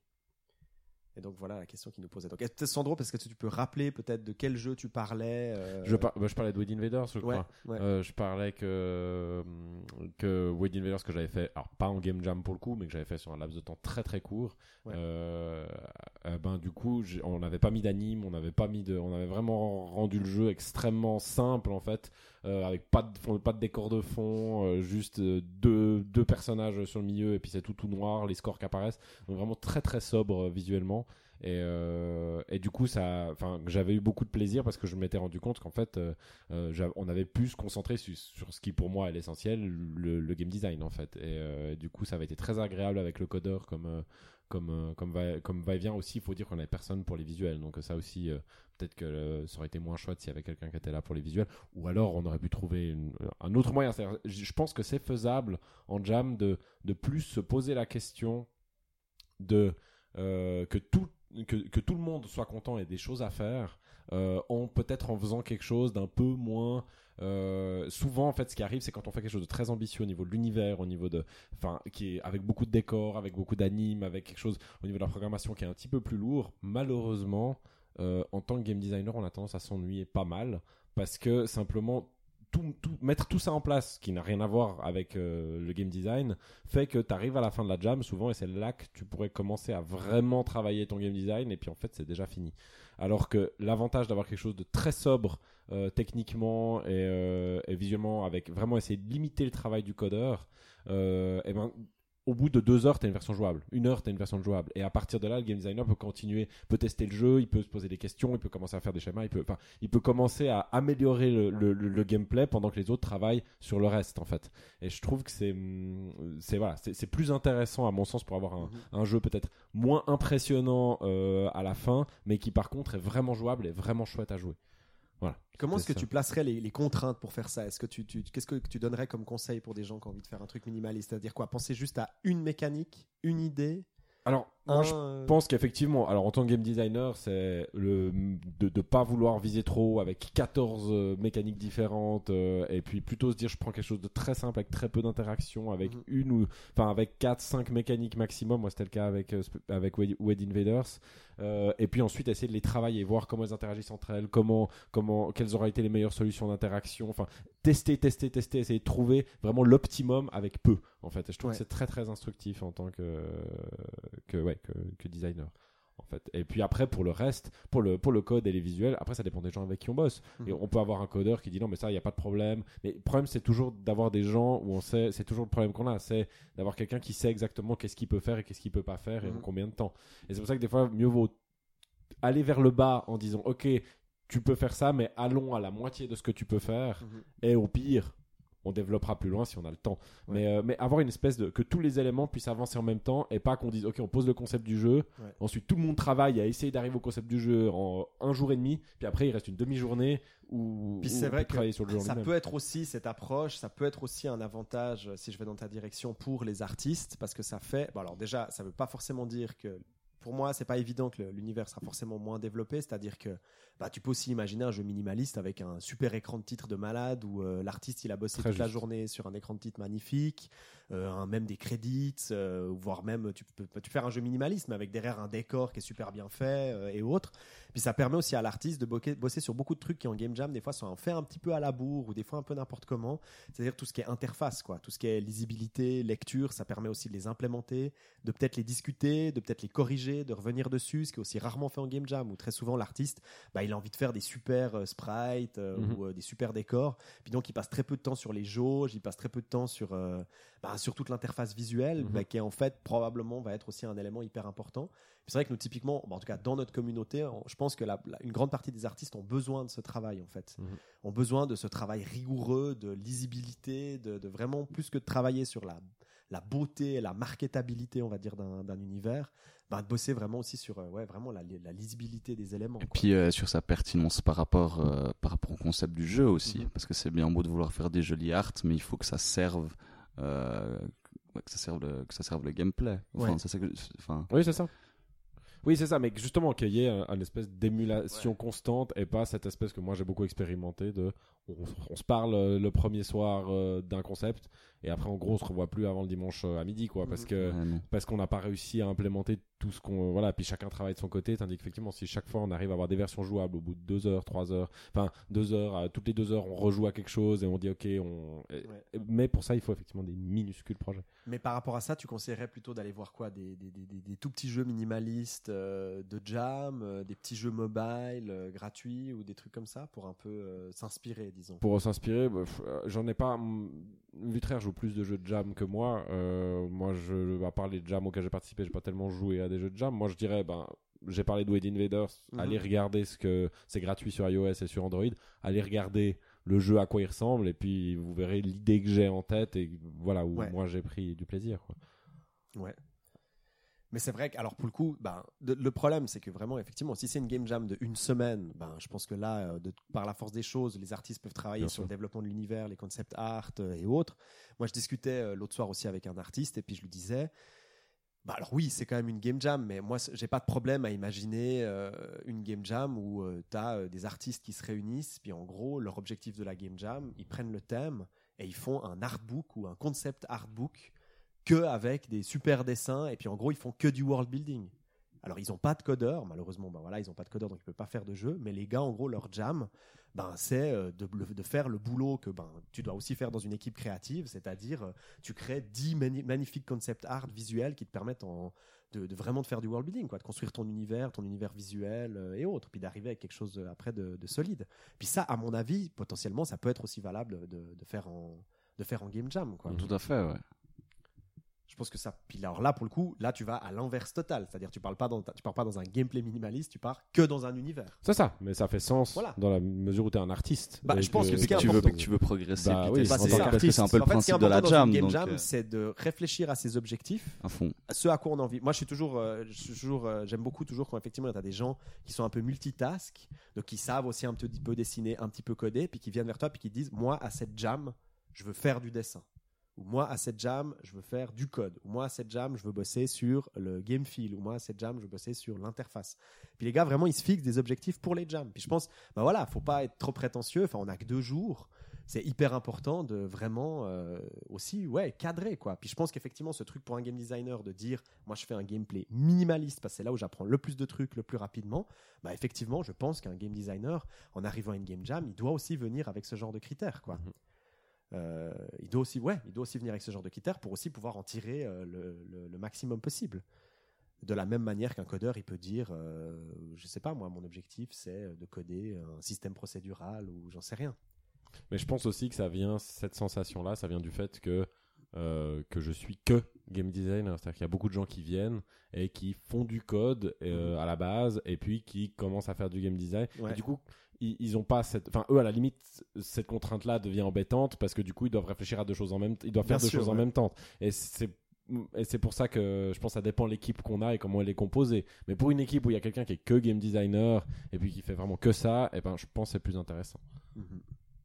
Et donc voilà la question qu'il nous posait. Donc est-ce, Sandro, parce que tu peux rappeler peut-être de quel jeu tu parlais euh... Je, par- bah, je parlais de Wood Invaders, je Ouais, crois. ouais. Euh, je parlais que, que Wood Invaders, que j'avais fait, alors pas en Game Jam pour le coup, mais que j'avais fait sur un laps de temps très très court. Ouais. Euh, euh, ben, du coup, j'ai- on n'avait pas mis d'anime, on n'avait pas mis de, on avait vraiment rendu le jeu extrêmement simple en fait, euh, avec pas de, fond- pas de décor de fond, euh, juste euh, deux, deux personnages sur le milieu et puis c'est tout tout noir, les scores qui apparaissent. Donc vraiment très très sobre euh, visuellement. Et, euh, et du coup, ça, enfin, j'avais eu beaucoup de plaisir parce que je m'étais rendu compte qu'en fait, euh, euh, j'av- on avait pu se concentrer sur, sur ce qui pour moi est l'essentiel, le, le game design en fait. Et euh, du coup, ça avait été très agréable avec le codeur comme euh, comme euh, comme va comme va et vient aussi. Il faut dire qu'on n'avait personne pour les visuels, donc ça aussi, euh, peut-être que euh, ça aurait été moins chouette s'il y avait quelqu'un qui était là pour les visuels, ou alors on aurait pu trouver une, un autre moyen. C'est-à-dire, je pense que c'est faisable en jam de de plus se poser la question de euh, que tout Que, que tout le monde soit content et des choses à faire, euh, en peut-être en faisant quelque chose d'un peu moins. Euh, souvent, en fait, ce qui arrive, c'est quand on fait quelque chose de très ambitieux au niveau de l'univers, au niveau de, enfin, qui est avec beaucoup de décors, avec beaucoup d'animes, avec quelque chose au niveau de la programmation qui est un petit peu plus lourd. Malheureusement, euh, en tant que game designer, on a tendance à s'ennuyer pas mal parce que simplement. Tout, tout, mettre tout ça en place, qui n'a rien à voir avec euh, le game design, fait que tu arrives à la fin de la jam souvent et c'est là que tu pourrais commencer à vraiment travailler ton game design et puis en fait c'est déjà fini. Alors que l'avantage d'avoir quelque chose de très sobre euh, techniquement et, euh, et visuellement, avec vraiment essayer de limiter le travail du codeur, euh, et ben au bout de deux heures, tu as une version jouable. Une heure, tu as une version jouable. Et à partir de là, le game designer peut continuer, peut tester le jeu, il peut se poser des questions, il peut commencer à faire des schémas, il peut, enfin, il peut commencer à améliorer le, le, le gameplay pendant que les autres travaillent sur le reste, en fait. Et je trouve que c'est, c'est, voilà, c'est, c'est plus intéressant, à mon sens, pour avoir un, mm-hmm. un jeu peut-être moins impressionnant euh, à la fin, mais qui, par contre, est vraiment jouable et vraiment chouette à jouer. Voilà. Comment est-ce que ça. tu placerais les, les contraintes pour faire ça? Est-ce que tu, tu, qu'est-ce que tu donnerais comme conseil pour des gens qui ont envie de faire un truc minimaliste? C'est-à-dire quoi? Penser juste à une mécanique, une idée? Alors, moi, un, je euh... pense qu'effectivement, alors en tant que game designer, c'est le, de ne pas vouloir viser trop avec quatorze euh, mécaniques différentes euh, et puis plutôt se dire je prends quelque chose de très simple avec très peu d'interaction, avec mm-hmm. une ou enfin avec quatre cinq mécaniques maximum. Moi, c'était le cas avec, euh, avec Wood Invaders. Euh, et puis ensuite essayer de les travailler, voir comment elles interagissent entre elles, comment, comment, quelles auraient été les meilleures solutions d'interaction, enfin tester, tester, tester, essayer de trouver vraiment l'optimum avec peu en fait. Et je trouve ouais. que c'est très très instructif en tant que, que, ouais, que, que designer. en fait. Et puis après, pour le reste, pour le, pour le code et les visuels, après, ça dépend des gens avec qui on bosse. Mmh. Et on peut avoir un codeur qui dit non, mais ça, il n'y a pas de problème. Mais le problème, c'est toujours d'avoir des gens où on sait, c'est toujours le problème qu'on a, c'est d'avoir quelqu'un qui sait exactement qu'est-ce qu'il peut faire et qu'est-ce qu'il peut pas faire et mmh. en combien de temps. Et c'est pour ça que des fois, mieux vaut aller vers le bas en disant ok, tu peux faire ça, mais allons à la moitié de ce que tu peux faire. Mmh. Et au pire, on développera plus loin si on a le temps. Ouais. Mais, euh, mais avoir une espèce de... que tous les éléments puissent avancer en même temps et pas qu'on dise, ok, on pose le concept du jeu, ouais. ensuite tout le monde travaille à essayer d'arriver au concept du jeu en un jour et demi, puis après il reste une demi-journée où, puis où c'est on vrai peut travailler que sur le jeu ça lui-même. Peut être aussi cette approche, ça peut être aussi un avantage, si je vais dans ta direction, pour les artistes, parce que ça fait... Bon alors déjà, ça veut pas forcément dire que... Pour moi, c'est pas évident que l'univers sera forcément moins développé, c'est-à-dire que bah, tu peux aussi imaginer un jeu minimaliste avec un super écran de titre de malade où euh, l'artiste il a bossé Très toute juste. la journée sur un écran de titre magnifique, euh, un, même des crédits, euh, voire même tu peux, tu peux faire un jeu minimaliste mais avec derrière un décor qui est super bien fait euh, et autres. Puis ça permet aussi à l'artiste de bo- bosser sur beaucoup de trucs qui en game jam des fois sont faits un petit peu à la bourre ou des fois un peu n'importe comment. C'est-à-dire tout ce qui est interface, quoi, tout ce qui est lisibilité, lecture, ça permet aussi de les implémenter, de peut-être les discuter, de peut-être les corriger, de revenir dessus, ce qui est aussi rarement fait en game jam où très souvent l'artiste bah, il a envie de faire des super euh, sprites euh, mm-hmm. ou euh, des super décors, puis donc il passe très peu de temps sur les jauges, il passe très peu de temps sur, euh, bah, sur toute l'interface visuelle mm-hmm. bah, qui est en fait probablement va être aussi un élément hyper important. Puis c'est vrai que nous typiquement, bah, en tout cas dans notre communauté, on, je pense que la, la, une grande partie des artistes ont besoin de ce travail en fait, mm-hmm. ont besoin de ce travail rigoureux, de lisibilité, de, de vraiment plus que de travailler sur la, la beauté, la marketabilité on va dire d'un, d'un univers, bah, de bosser vraiment aussi sur euh, ouais, vraiment la, la lisibilité des éléments. Et quoi. puis euh, sur sa pertinence par rapport, euh, par rapport au concept du jeu aussi, mm-hmm. parce que c'est bien beau de vouloir faire des jolis arts, mais il faut que ça serve, euh, que ça serve le, que ça serve le gameplay. Enfin, ouais. c'est ça que, enfin... Oui, c'est ça. Oui, c'est ça, mais justement qu'il y ait un, un espèce d'émulation ouais. constante et pas cette espèce que moi j'ai beaucoup expérimenté de on, on se parle le premier soir euh, d'un concept et après en gros on se revoit plus avant le dimanche à midi quoi, parce que ouais, parce qu'on n'a pas réussi à implémenter tout ce qu'on voilà, puis chacun travaille de son côté, tandis qu'effectivement si chaque fois on arrive à avoir des versions jouables au bout de deux heures, trois heures, enfin deux heures, euh, toutes les deux heures on rejoue à quelque chose et on dit ok on ouais. mais pour ça il faut effectivement des minuscules projets. Mais par rapport à ça, tu conseillerais plutôt d'aller voir quoi, des, des, des, des, des tout petits jeux minimalistes euh, de jam, euh, des petits jeux mobile euh, gratuits ou des trucs comme ça pour un peu euh, s'inspirer, disons. Pour s'inspirer, bah, j'en ai pas. Vutraire joue plus de jeux de jam que moi. Euh, moi, je, à part les jams auxquels j'ai participé, j'ai pas tellement joué à des jeux de jam. Moi, je dirais, ben, j'ai parlé de Wade Invaders. Mm-hmm. Allez regarder ce que c'est gratuit sur iOS et sur Android. Allez regarder le jeu à quoi il ressemble et puis vous verrez l'idée que j'ai en tête et voilà où ouais. moi j'ai pris du plaisir quoi. Ouais. Mais c'est vrai que alors pour le coup ben de, le problème c'est que vraiment effectivement si c'est une game jam de une semaine ben je pense que là de, par la force des choses les artistes peuvent travailler Bien sur sûr. Le développement de l'univers, les concept art euh, et autres. Moi je discutais euh, l'autre soir aussi avec un artiste et puis je lui disais bah alors oui, c'est quand même une game jam, mais moi, j'ai pas de problème à imaginer euh, une game jam où euh, tu as euh, des artistes qui se réunissent, puis en gros, leur objectif de la game jam, ils prennent le thème et ils font un artbook ou un concept artbook que avec des super dessins, et puis en gros, ils font que du world building. Alors, ils ont pas de codeur, malheureusement, ben voilà, ils ont pas de codeur, donc ils peuvent pas faire de jeu, mais les gars, en gros, leur jam, ben, c'est de, de faire le boulot que ben, tu dois aussi faire dans une équipe créative, c'est-à-dire tu crées dix mani- magnifiques concept art visuels qui te permettent en, de, de vraiment de faire du world building, quoi, de construire ton univers, ton univers visuel euh, et autres, puis d'arriver avec quelque chose de, après de, de solide. Puis ça, à mon avis, potentiellement, ça peut être aussi valable de, de, faire, en, de faire en game jam. Quoi. Tout à fait, ouais. Je pense que ça. Puis alors là, pour le coup, là, tu vas à l'inverse total. C'est-à-dire, tu parles pas dans, tu pars pas dans un gameplay minimaliste, tu pars que dans un univers. C'est ça, mais ça fait sens voilà. dans la mesure où tu es un artiste. Bah, je pense que, que, ce qui est tu veux, que tu veux progresser. Bah, oui, bah, c'est, c'est, parce que c'est un peu le en fait, principe de la jam. Dans une game donc, jam, euh... c'est de réfléchir à ses objectifs, à fond. À ce à quoi on a envie. Moi, je suis toujours, euh, je suis toujours, euh, j'aime beaucoup toujours quand effectivement tu as des gens qui sont un peu multitask, donc qui savent aussi un petit peu dessiner, un petit peu coder, puis qui viennent vers toi, puis qui disent, moi, à cette jam, je veux faire du dessin. Ou moi, à cette jam, je veux faire du code. Ou moi, à cette jam, je veux bosser sur le game feel. Ou moi, à cette jam, je veux bosser sur l'interface. Puis les gars, vraiment, ils se fixent des objectifs pour les jams. Puis je pense, ben voilà, faut pas être trop prétentieux. Enfin, on n'a que deux jours. C'est hyper important de vraiment euh, aussi, ouais, cadrer, quoi. Puis je pense qu'effectivement, ce truc pour un game designer de dire, moi, je fais un gameplay minimaliste parce que c'est là où j'apprends le plus de trucs le plus rapidement. Bah, effectivement, je pense qu'un game designer, en arrivant à une game jam, il doit aussi venir avec ce genre de critères, quoi. Mm-hmm. Euh, il doit aussi, ouais, il doit aussi venir avec ce genre de critères pour aussi pouvoir en tirer euh, le, le, le maximum possible. De la même manière qu'un codeur, il peut dire, euh, je sais pas, moi, mon objectif, c'est de coder un système procédural ou j'en sais rien. Mais je pense aussi que ça vient, cette sensation-là, ça vient du fait que, euh, que je suis que game designer. C'est-à-dire qu'il y a beaucoup de gens qui viennent et qui font du code euh, à la base et puis qui commencent à faire du game design. Ouais. Et du coup, ils, ils ont pas cette, enfin eux à la limite, cette contrainte-là devient embêtante parce que du coup ils doivent réfléchir à deux choses en même, ils doivent faire Bien deux sûr, choses ouais. en même temps. Et c'est Et c'est pour ça que je pense que ça dépend de l'équipe qu'on a et comment elle est composée. Mais pour une équipe où il y a quelqu'un qui est que game designer et puis qui fait vraiment que ça, eh ben, je pense que c'est plus intéressant. Mm-hmm.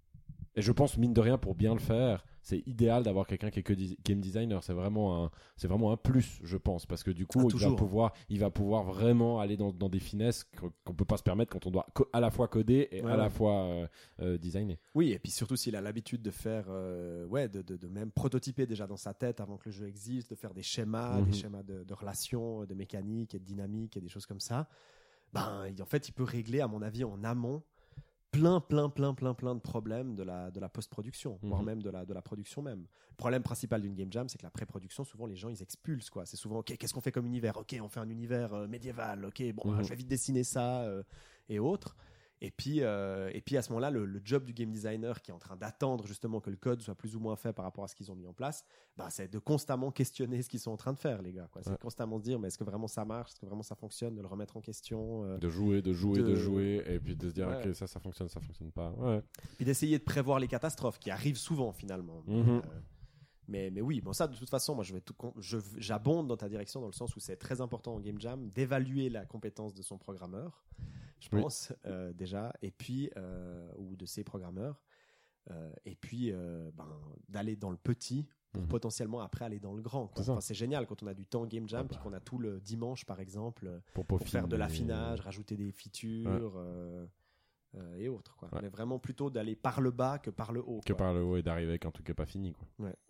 Et je pense, mine de rien, pour bien le faire, c'est idéal d'avoir quelqu'un qui est que di- game designer. C'est vraiment un, c'est vraiment un plus, je pense. Parce que du coup, Ah, il, va toujours. pouvoir, il va pouvoir vraiment aller dans, dans des finesses qu'on ne peut pas se permettre quand on doit co- à la fois coder et Ouais, à ouais. la fois euh, euh, designer. Oui, et puis surtout s'il a l'habitude de faire, euh, ouais, de, de, de même prototyper déjà dans sa tête avant que le jeu existe, de faire des schémas, Mhm. des schémas de, de relations, de mécanique et de dynamique et des choses comme ça, ben, il- en fait, il peut régler, à mon avis, en amont, plein, plein, plein, plein, plein de problèmes de la, de la post-production, Mhm. voire même de la, de la production même. Le problème principal d'une game jam, c'est que la pré-production, souvent, les gens, ils expulsent, quoi. C'est souvent, ok, qu'est-ce qu'on fait comme univers? Ok, on fait un univers euh, médiéval, ok, bon, Mhm. bah, je vais vite dessiner ça euh, et autres. Et puis, euh, et puis à ce moment-là, le, le job du game designer qui est en train d'attendre justement que le code soit plus ou moins fait par rapport à ce qu'ils ont mis en place, bah, c'est de constamment questionner ce qu'ils sont en train de faire, les gars, quoi. C'est Ouais. de constamment se dire, mais est-ce que vraiment ça marche? Est-ce que vraiment ça fonctionne? De le remettre en question. euh, De jouer, de jouer, de, De- jouer, et puis de se dire, Ouais. ok, ça, ça fonctionne, ça fonctionne pas. Ouais. Puis d'essayer de prévoir les catastrophes qui arrivent souvent finalement. Mhm. Euh, mais, mais oui, bon, ça de toute façon, moi je vais tout con- je- j'abonde dans ta direction dans le sens où c'est très important en game jam d'évaluer la compétence de son programmeur, je Oui. pense, euh, déjà, et puis, euh, ou de ses programmeurs, euh, et puis euh, ben, d'aller dans le petit pour Mhm. potentiellement après aller dans le grand, quoi. C'est ça. Enfin, c'est génial quand on a du temps game jam, Ah puis bah. qu'on a tout le dimanche par exemple, Pour, pour faire de l'affinage, rajouter des features. euh, euh, et autres, quoi. Ouais. Mais vraiment plutôt d'aller par le bas que par le haut, Que quoi. par le haut et d'arriver avec un truc qui n'est pas fini. Quoi.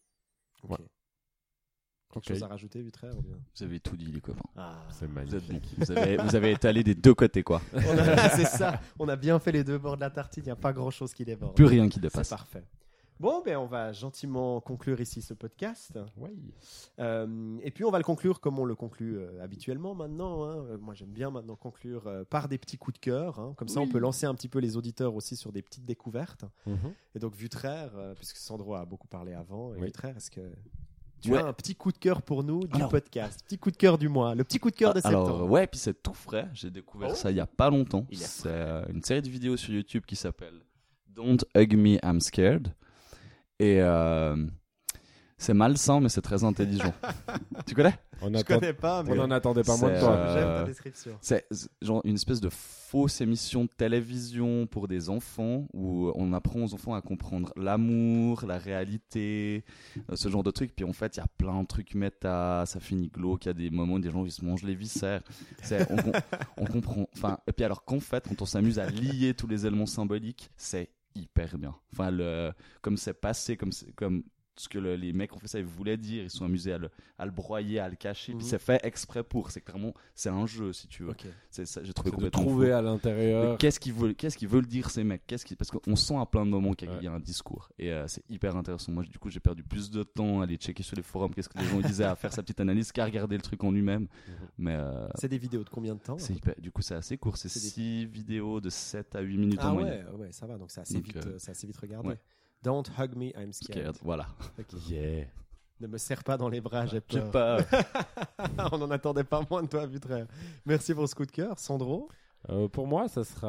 Ok. Ouais. Quelque Ok. chose à rajouter, Vutraire, ou bien Vous avez tout dit, les copains. Ah, C'est Vous êtes magnifique. bons. Vous avez, vous avez étalé des deux côtés, quoi. on a- c'est ça. On a bien fait les deux bords de la tartine. Il n'y a pas grand-chose qui déborde. Plus rien qui C'est dépasse. parfait. Bon, ben on va gentiment conclure ici ce podcast. Oui. Euh, et puis on va le conclure comme on le conclut euh, habituellement maintenant. Hein. Euh, Moi j'aime bien maintenant conclure euh, par des petits coups de cœur. Hein. Comme ça on peut lancer un petit peu les auditeurs aussi sur des petites découvertes. Mhm. Et donc Vutraire, euh, puisque Sandro a beaucoup parlé avant, et Oui. Vutraire, est-ce que tu Ouais. as un petit coup de cœur pour nous du Alors- podcast? Petit coup de cœur du mois, le petit coup de cœur de septembre. Alors, ouais, puis c'est tout frais. J'ai découvert Oh. ça il y a pas longtemps. Il est C'est euh, une série de vidéos sur YouTube qui s'appelle Don't Hug Me, I'm Scared. Et euh, c'est malsain, mais c'est très intelligent. Tu connais? On, Je attend... connais pas, mais on en attendait pas moins de C'est, toi. euh, j'aime ta description. C'est c'est genre une espèce de fausse émission de télévision pour des enfants où on apprend aux enfants à comprendre l'amour, la réalité, euh, ce genre de trucs. Puis en fait, il y a plein de trucs méta, ça finit glauque, il y a des moments où des gens ils se mangent les viscères. C'est, on, com- on comprend. Enfin, et puis alors qu'en fait, quand on s'amuse à lier tous les éléments symboliques, c'est hyper bien. Enfin, le, comme c'est passé, comme, c'est- comme ce que le- les mecs ont fait ça, ils voulaient dire, ils sont amusés à le, à le broyer, à le cacher. Mhm. Puis c'est fait exprès pour. C'est clairement, c'est un jeu si tu veux. Ok. C'est ça, j'ai trouvé C'est de complètement trouver fou. à Mais l'intérieur. qu'est-ce qu'ils veulent, qu'est-ce qu'ils veulent dire ces mecs, qu'est-ce qu'ils, parce qu'on sent à plein de moments qu'il y a, Ouais. il y a un discours et euh, c'est hyper intéressant. Moi, du coup, j'ai perdu plus de temps à aller checker sur les forums qu'est-ce que les gens disaient, à faire sa petite analyse qu'à regarder le truc en lui-même. Mhm. Mais euh, C'est des vidéos de combien de temps? c'est hyper, du coup, c'est assez court. C'est C'est des- six vidéos de sept à huit minutes Ah en moyenne. ouais, ouais, ça va, donc c'est assez, Donc, vite, euh, euh, c'est assez vite regardé. ouais. Don't hug me, I'm scared. Scared, Voilà. Ok. Yeah. Ne me serre pas dans les bras, j'ai J'ai peur. pas. On n'en attendait pas moins de toi, Vutraire. Merci pour ce coup de cœur. Sandro? Euh, pour moi, ça sera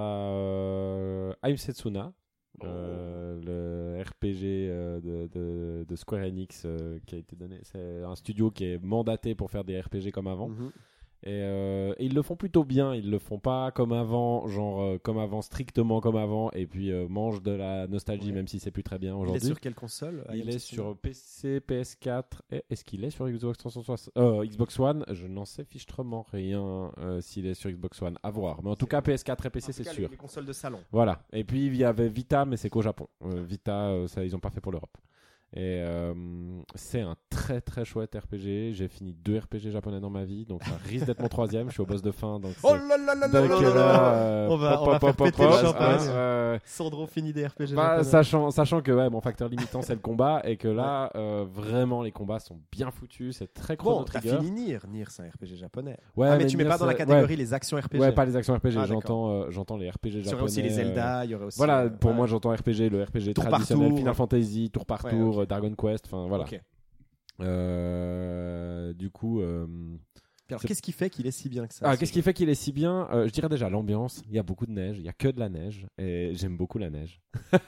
euh, I'm Setsuna, Oh. euh, le R P G euh, de, de, de Square Enix euh, qui a été donné. C'est un studio qui est mandaté pour faire des R P G comme avant. Mhm. Et, euh, et ils le font plutôt bien. Ils le font pas comme avant, genre euh, comme avant, strictement comme avant, et puis euh, mangent de la nostalgie, Ouais. même si c'est plus très bien Il est aujourd'hui. sur quelle console? Il I am est Setsuna sur P C, P S quatre. Et est-ce qu'il est sur Xbox trois cent soixante euh, Xbox One? Je n'en sais fichtrement rien euh, s'il est sur Xbox One. À voir. Mais en tout C'est- cas, P S quatre et P C, En tout c'est cas, les- sûr. Les consoles de salon. Voilà. Et puis il y avait Vita, mais c'est qu'au Japon. Euh, Vita, euh, ça, ils n'ont pas fait pour l'Europe. Et euh, c'est un très très chouette R P G. J'ai fini deux R P G japonais dans ma vie, donc ça risque d'être mon troisième. Je suis au boss de fin, donc Oh là là là là donc, là là là, là. euh, On va- pop, on va pop, faire pop, péter pop, le pop, champagne. hein, euh, Sandro finit des R P G bah, japonais. sachant, sachant que ouais, mon facteur limitant c'est le combat et que là euh, vraiment les combats sont bien foutus, c'est très Chrono Bon, t'as Trigger. fini Nier. Nier, c'est un R P G japonais. Ouais, ah, mais, tu mets Nier, pas dans la c'est- catégorie ouais. les actions R P G. Ouais, pas les actions R P G, Ah, d'accord. j'entends, euh, j'entends les R P G Il y japonais. aurait aussi les euh, Zelda, il y aurait aussi. Voilà, euh, pour ouais. moi j'entends R P G, le R P G Tour par traditionnel, tour. Final Fantasy, tour par Ouais, tour, ok. euh, Dragon Quest, enfin voilà. Ok. Euh, du coup, euh, Puis alors, C'est- qu'est-ce qui fait qu'il est si bien que ça ah, ce qu'est-ce qui jeu fait qu'il est si bien Euh, Je dirais déjà l'ambiance. Il y a beaucoup de neige, il y a que de la neige et j'aime beaucoup la neige.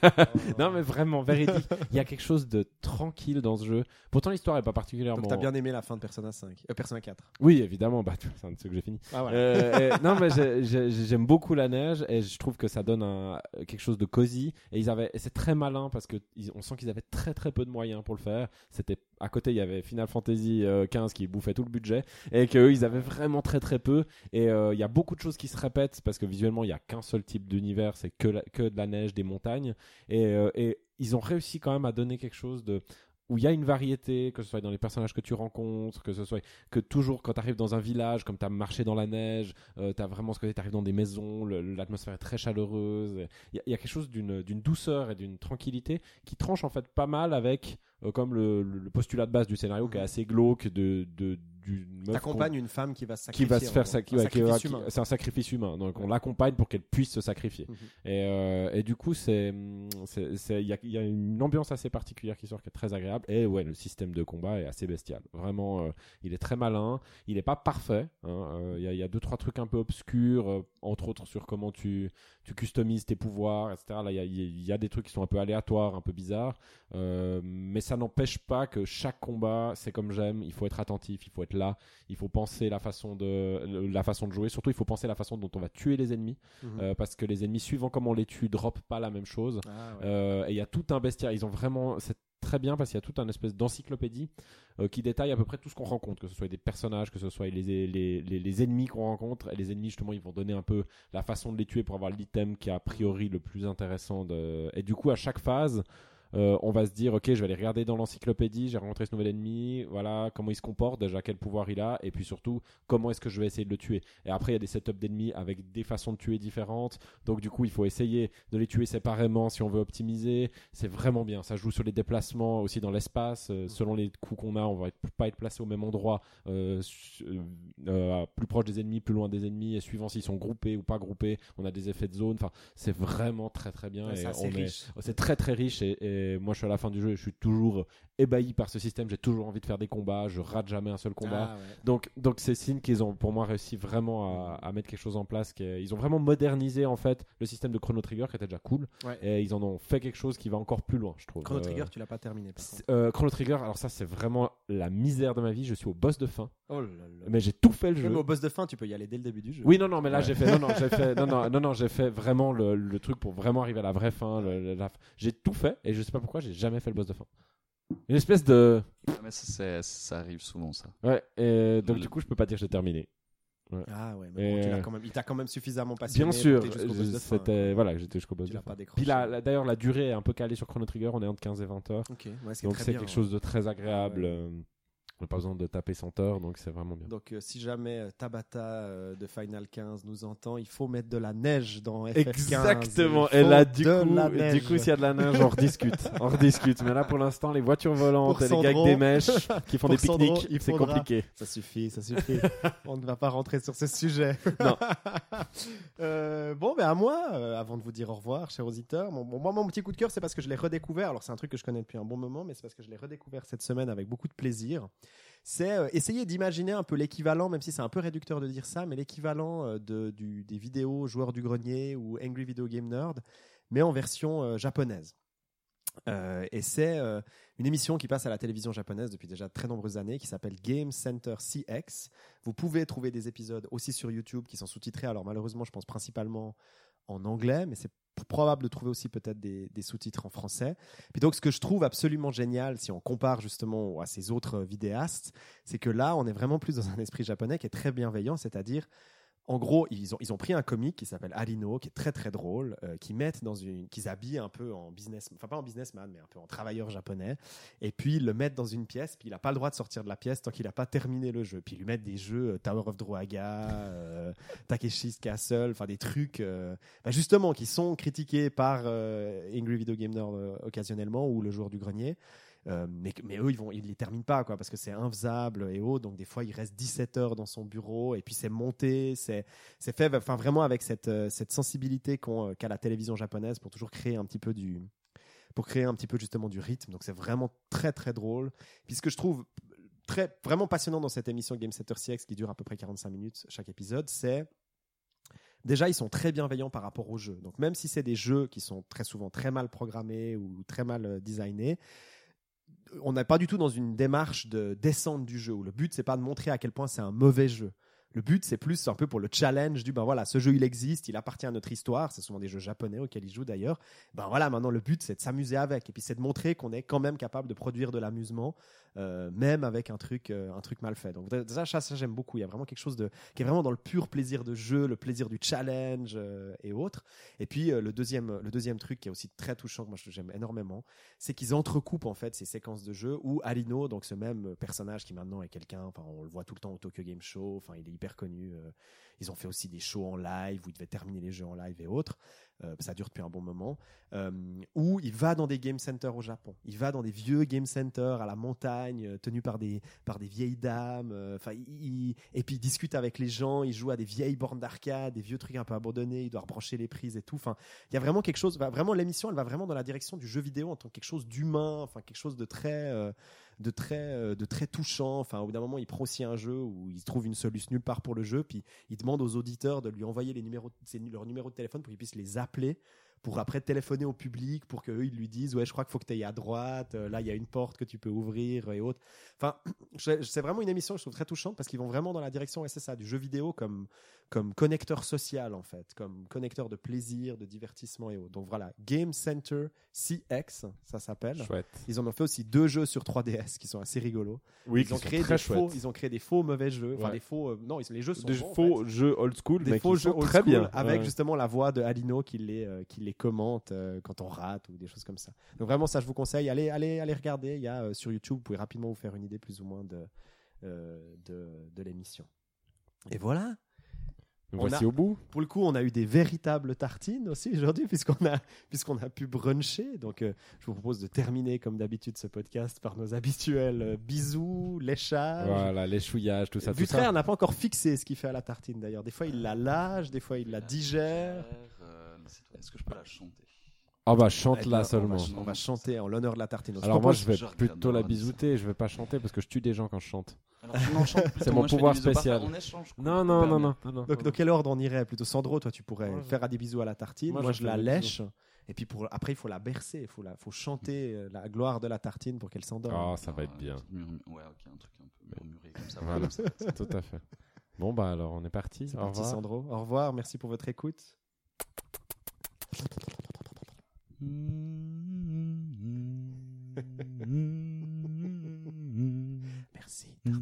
Non mais vraiment, véridique. Il y a quelque chose de tranquille dans ce jeu. Pourtant l'histoire est pas particulièrement. Donc t'as bien aimé la fin de Persona cinq, euh, Persona quatre. Oui, évidemment. Bah, tu- c'est un de ceux que j'ai fini. Ah voilà. Euh, et- non mais j'ai- j'ai- j'aime beaucoup la neige et je trouve que ça donne un, quelque chose de cosy et ils avaient et c'est très malin parce que ils- on sent qu'ils avaient très très peu de moyens pour le faire. C'était à côté il y avait Final Fantasy euh, quinze qui bouffait tout le budget et qu'eux ils avaient vraiment très très peu et euh, il y a beaucoup de choses qui se répètent parce que visuellement il y a qu'un seul type d'univers, c'est que la- que de la neige, des montagnes et, euh, et ils ont réussi quand même à donner quelque chose de où il y a une variété, que ce soit dans les personnages que tu rencontres, que ce soit que toujours quand tu arrives dans un village, comme tu as marché dans la neige, euh, tu as vraiment ce côté, tu arrives dans des maisons, le- l'atmosphère est très chaleureuse. Il y, a- il y a quelque chose d'une d'une douceur et d'une tranquillité qui tranche en fait pas mal avec, euh, comme le, le- le postulat de base du scénario qui est assez glauque de, de, d'une meuf T'accompagnes une femme qui va se qui sacrifier. va se faire en gros. sac- Un ouais, qui va- sacrifice qui- humain. c'est un sacrifice humain donc on l'accompagne pour qu'elle puisse se sacrifier Mhm. et, euh, et du coup c'est c'est- c'est- il y a, il y a une ambiance assez particulière qui sort qui est très agréable et ouais le système de combat est assez bestial vraiment euh, il est très malin il est pas parfait hein, euh, il y, a, il y a deux trois trucs un peu obscurs euh, entre autres sur comment tu tu customises tes pouvoirs etc là il y a, il y a des trucs qui sont un peu aléatoires un peu bizarres euh, mais ça n'empêche pas que chaque combat c'est comme j'aime il faut être attentif il faut être là il faut penser la façon de la façon de jouer surtout il faut penser la façon dont on va tuer les ennemis Mhm. euh, parce que les ennemis suivant comment on les tue dropent pas la même chose Ah, ouais. euh, et il y a tout un bestiaire ils ont vraiment c'est très bien parce qu'il y a toute une espèce d'encyclopédie euh, qui détaille à peu près tout ce qu'on rencontre que ce soit des personnages que ce soit les, les, les, les ennemis qu'on rencontre et les ennemis justement ils vont donner un peu la façon de les tuer pour avoir l'item qui est a priori le plus intéressant de... et du coup à chaque phase Euh, on va se dire ok je vais aller regarder dans l'encyclopédie j'ai rencontré ce nouvel ennemi voilà comment il se comporte déjà quel pouvoir il a et puis surtout comment est-ce que je vais essayer de le tuer et après il y a des setups d'ennemis avec des façons de tuer différentes donc du coup il faut essayer de les tuer séparément si on veut optimiser c'est vraiment bien ça joue sur les déplacements aussi dans l'espace euh, selon les coups qu'on a on va être, pas être placé au même endroit euh, su- euh, plus proche des ennemis plus loin des ennemis et suivant s'ils sont groupés ou pas groupés on a des effets de zone enfin c'est vraiment très très bien Ouais, et c'est assez on est- riche. c'est très très riche et, et moi je suis à la fin du jeu et je suis toujours ébahi par ce système j'ai toujours envie de faire des combats je rate jamais un seul combat Ah, ouais. donc donc c'est signe qu'ils ont pour moi réussi vraiment à, à mettre quelque chose en place qui est- ils ont vraiment modernisé en fait le système de Chrono Trigger qui était déjà cool Ouais. et ils en ont fait quelque chose qui va encore plus loin je trouve. Chrono Euh, Trigger, tu l'as pas terminé. Par c'est- contre. euh, Chrono Trigger alors ça c'est vraiment la misère de ma vie je suis au boss de fin Oh là là. mais j'ai tout fait le Ouais, jeu mais au boss de fin, tu peux y aller dès le début du jeu. oui, non, non, mais là Ouais. j'ai fait, non, non, j'ai fait, non, non, non, non, j'ai fait vraiment le, le truc pour vraiment arriver à la vraie fin. le- le- la- j'ai tout fait et je sais pas pourquoi j'ai jamais fait le boss de fin. Une espèce de, Ah, mais ça, c'est- ça arrive souvent, ça. ouais. Et donc Le- du coup je peux pas dire que j'ai terminé. Ah ouais, mais Et bon, tu l'as euh, quand même, il t'a quand même suffisamment passionné. Bien pour sûr, que t'aies jusqu'au boss je- de fin, c'était, quoi. voilà, j'étais jusqu'au boss Tu de l'as fin. pas décroché. Puis là, là, d'ailleurs la durée est un peu calée sur Chrono Trigger, on est entre quinze et vingt heures. Ok, ouais, ce qui est Donc très c'est bien, quelque ouais. chose de très agréable. Ouais. euh, On n'a pas besoin de taper cent heures, donc c'est vraiment bien. Donc euh, si jamais euh, Tabata euh, de Final quinze nous entend, il faut mettre de la neige dans F F quinze. Exactement. Il Et faut là, du de coup, la du neige. coup, s'il y a de la neige, on rediscute. On rediscute. Mais là, pour l'instant, les voitures volantes Pour et les gars avec Sandro- des mèches qui font pour des Sandro, pique-niques, il c'est faudra- compliqué. Ça suffit, ça suffit. On ne va pas rentrer sur ce sujet. Non. Euh, bon, ben à moi, euh, avant de vous dire au revoir, chers auditeurs, mon, bon, moi, mon petit coup de cœur, c'est parce que je l'ai redécouvert. Alors, c'est un truc que je connais depuis un bon moment, mais c'est parce que je l'ai redécouvert cette semaine avec beaucoup de plaisir. C'est euh, essayer d'imaginer un peu l'équivalent, même si c'est un peu réducteur de dire ça, mais l'équivalent euh, de, du, des vidéos Joueurs du Grenier ou Angry Video Game Nerd, mais en version euh, japonaise. Euh, et c'est euh, une émission qui passe à la télévision japonaise depuis déjà de très nombreuses années, qui s'appelle Game Center C X. Vous pouvez trouver des épisodes aussi sur YouTube qui sont sous-titrés. Alors malheureusement, je pense principalement en anglais, mais c'est probable de trouver aussi peut-être des, des sous-titres en français. Puis donc, ce que je trouve absolument génial, si on compare justement à ces autres vidéastes, c'est que là, on est vraiment plus dans un esprit japonais qui est très bienveillant, c'est-à-dire en gros, ils ont, ils ont pris un comic qui s'appelle Alino, qui est très très drôle, euh, qu'ils mettent dans une, qu'ils habillent un peu en business, enfin pas en businessman, mais un peu en travailleur japonais, et puis ils le mettent dans une pièce, puis il n'a pas le droit de sortir de la pièce tant qu'il n'a pas terminé le jeu. Puis ils lui mettent des jeux euh, Tower of Druaga, euh, Takeshi's Castle, enfin des trucs, euh, bah justement, qui sont critiqués par euh, Angry Video Game Nerd euh, occasionnellement, ou le joueur du grenier. Euh, mais, mais eux, ils vont, ils les terminent pas, quoi, parce que c'est infaisable et autres. Donc des fois, il reste dix-sept heures dans son bureau, et puis c'est monté, c'est, c'est fait, enfin vraiment avec cette, euh, cette sensibilité qu'ont, euh, qu'a la télévision japonaise pour toujours créer un petit peu du, pour créer un petit peu justement du rythme. Donc c'est vraiment très très drôle. Puis ce que je trouve très vraiment passionnant dans cette émission Game Center C X qui dure à peu près quarante-cinq minutes chaque épisode, c'est déjà, ils sont très bienveillants par rapport aux jeux. Donc même si c'est des jeux qui sont très souvent très mal programmés ou très mal euh, designés, on n'est pas du tout dans une démarche de descente du jeu où le but c'est pas de montrer à quel point c'est un mauvais jeu. Le but c'est plus un peu pour le challenge du ben voilà, ce jeu il existe, il appartient à notre histoire, c'est souvent des jeux japonais auxquels ils jouent d'ailleurs. Ben voilà, maintenant le but c'est de s'amuser avec, et puis c'est de montrer qu'on est quand même capable de produire de l'amusement euh, même avec un truc euh, un truc mal fait. Donc ça, ça, ça j'aime beaucoup, il y a vraiment quelque chose de qui est vraiment dans le pur plaisir de jeu, le plaisir du challenge euh, et autres. Et puis euh, le deuxième le deuxième truc qui est aussi très touchant, que moi j'aime énormément, c'est qu'ils entrecoupent en fait ces séquences de jeu où Alino, donc ce même personnage qui maintenant est quelqu'un, enfin on le voit tout le temps au Tokyo Game Show, enfin il est hyper connu. Euh, ils ont fait aussi des shows en live où ils devaient terminer les jeux en live et autres. Euh, ça dure depuis un bon moment. Euh, où il va dans des game centers au Japon. Il va dans des vieux game centers à la montagne, euh, tenus par des par des vieilles dames. Enfin, euh, il, et puis il discute avec les gens. Il joue à des vieilles bornes d'arcade, des vieux trucs un peu abandonnés. Il doit rebrancher les prises et tout. Enfin, il y a vraiment quelque chose. Vraiment, l'émission, elle va vraiment dans la direction du jeu vidéo en tant que quelque chose d'humain. Enfin, quelque chose de très euh, de très de très touchant. Enfin, au bout d'un moment, il prend aussi un jeu où il trouve une solution nulle part pour le jeu, puis il demande aux auditeurs de lui envoyer les numéros, leurs numéros de téléphone pour qu'ils puissent les appeler, pour après téléphoner au public, pour qu'eux ils lui disent ouais je crois qu'il faut que tu ailles à droite, euh, là il y a une porte que tu peux ouvrir et autres. Enfin, c'est vraiment une émission que je trouve très touchante parce qu'ils vont vraiment dans la direction, et c'est ça, du jeu vidéo comme comme connecteur social en fait, comme connecteur de plaisir, de divertissement et autres. Donc voilà, Game Center C X, ça s'appelle. Chouette. Ils en ont fait aussi deux jeux sur trois D S qui sont assez rigolos. Oui, ils ont créé des faux, ils ont créé des faux mauvais jeux, enfin ouais. des faux, euh, non, les jeux sont des bons, faux en fait. jeux old school, des mais faux qui jeux sont old très school bien, avec ouais. justement la voix de Alino qui les euh, qui les commente euh, quand on rate ou des choses comme ça. Donc vraiment ça je vous conseille, allez allez allez regarder, il y a euh, sur YouTube, vous pouvez rapidement vous faire une idée plus ou moins de euh, de, de l'émission. Et voilà. Nous On voici a, au bout. Pour le coup, on a eu des véritables tartines aussi aujourd'hui, puisqu'on a, puisqu'on a pu bruncher. Donc, euh, je vous propose de terminer, comme d'habitude, ce podcast par nos habituels euh, bisous, léchages. Voilà, l'échouillage, tout ça, tout Vutraire ça. n'a pas encore fixé ce qu'il fait à la tartine, d'ailleurs. Des fois, il la lâche, des fois, il la digère. Euh, Est-ce que je peux la chanter? Ah bah chante Eh là ben, seulement. On va, on va chanter en l'honneur de la tartine. Donc, Alors moi propose- je vais je regarde plutôt la Doran. bisouter, je vais pas chanter parce que je tue des gens quand je chante. Alors, tu n'en chantes plutôt, C'est mon moi, je fais pouvoir des bisous spécial. parfaits. On échange. cool. Non non Super non bien. non non. non. Donc, dans quel ordre on irait? Plutôt Sandro, toi, tu pourrais Moi, je- faire des bisous à la tartine. Moi, Moi, je je la fais des lèche. Et puis, pour, après, il faut la bercer. Il faut, la, faut chanter euh, la gloire de la tartine pour qu'elle s'endorme. Ah ça va être Ah, bien. un truc murmu- Ouais, ok, un truc un peu murmuré comme ça. Voilà. comme ça. Tout à fait. Bon bah alors on est parti. C'est Au parti, revoir. Sandro. Au revoir. Merci pour votre écoute. Merci.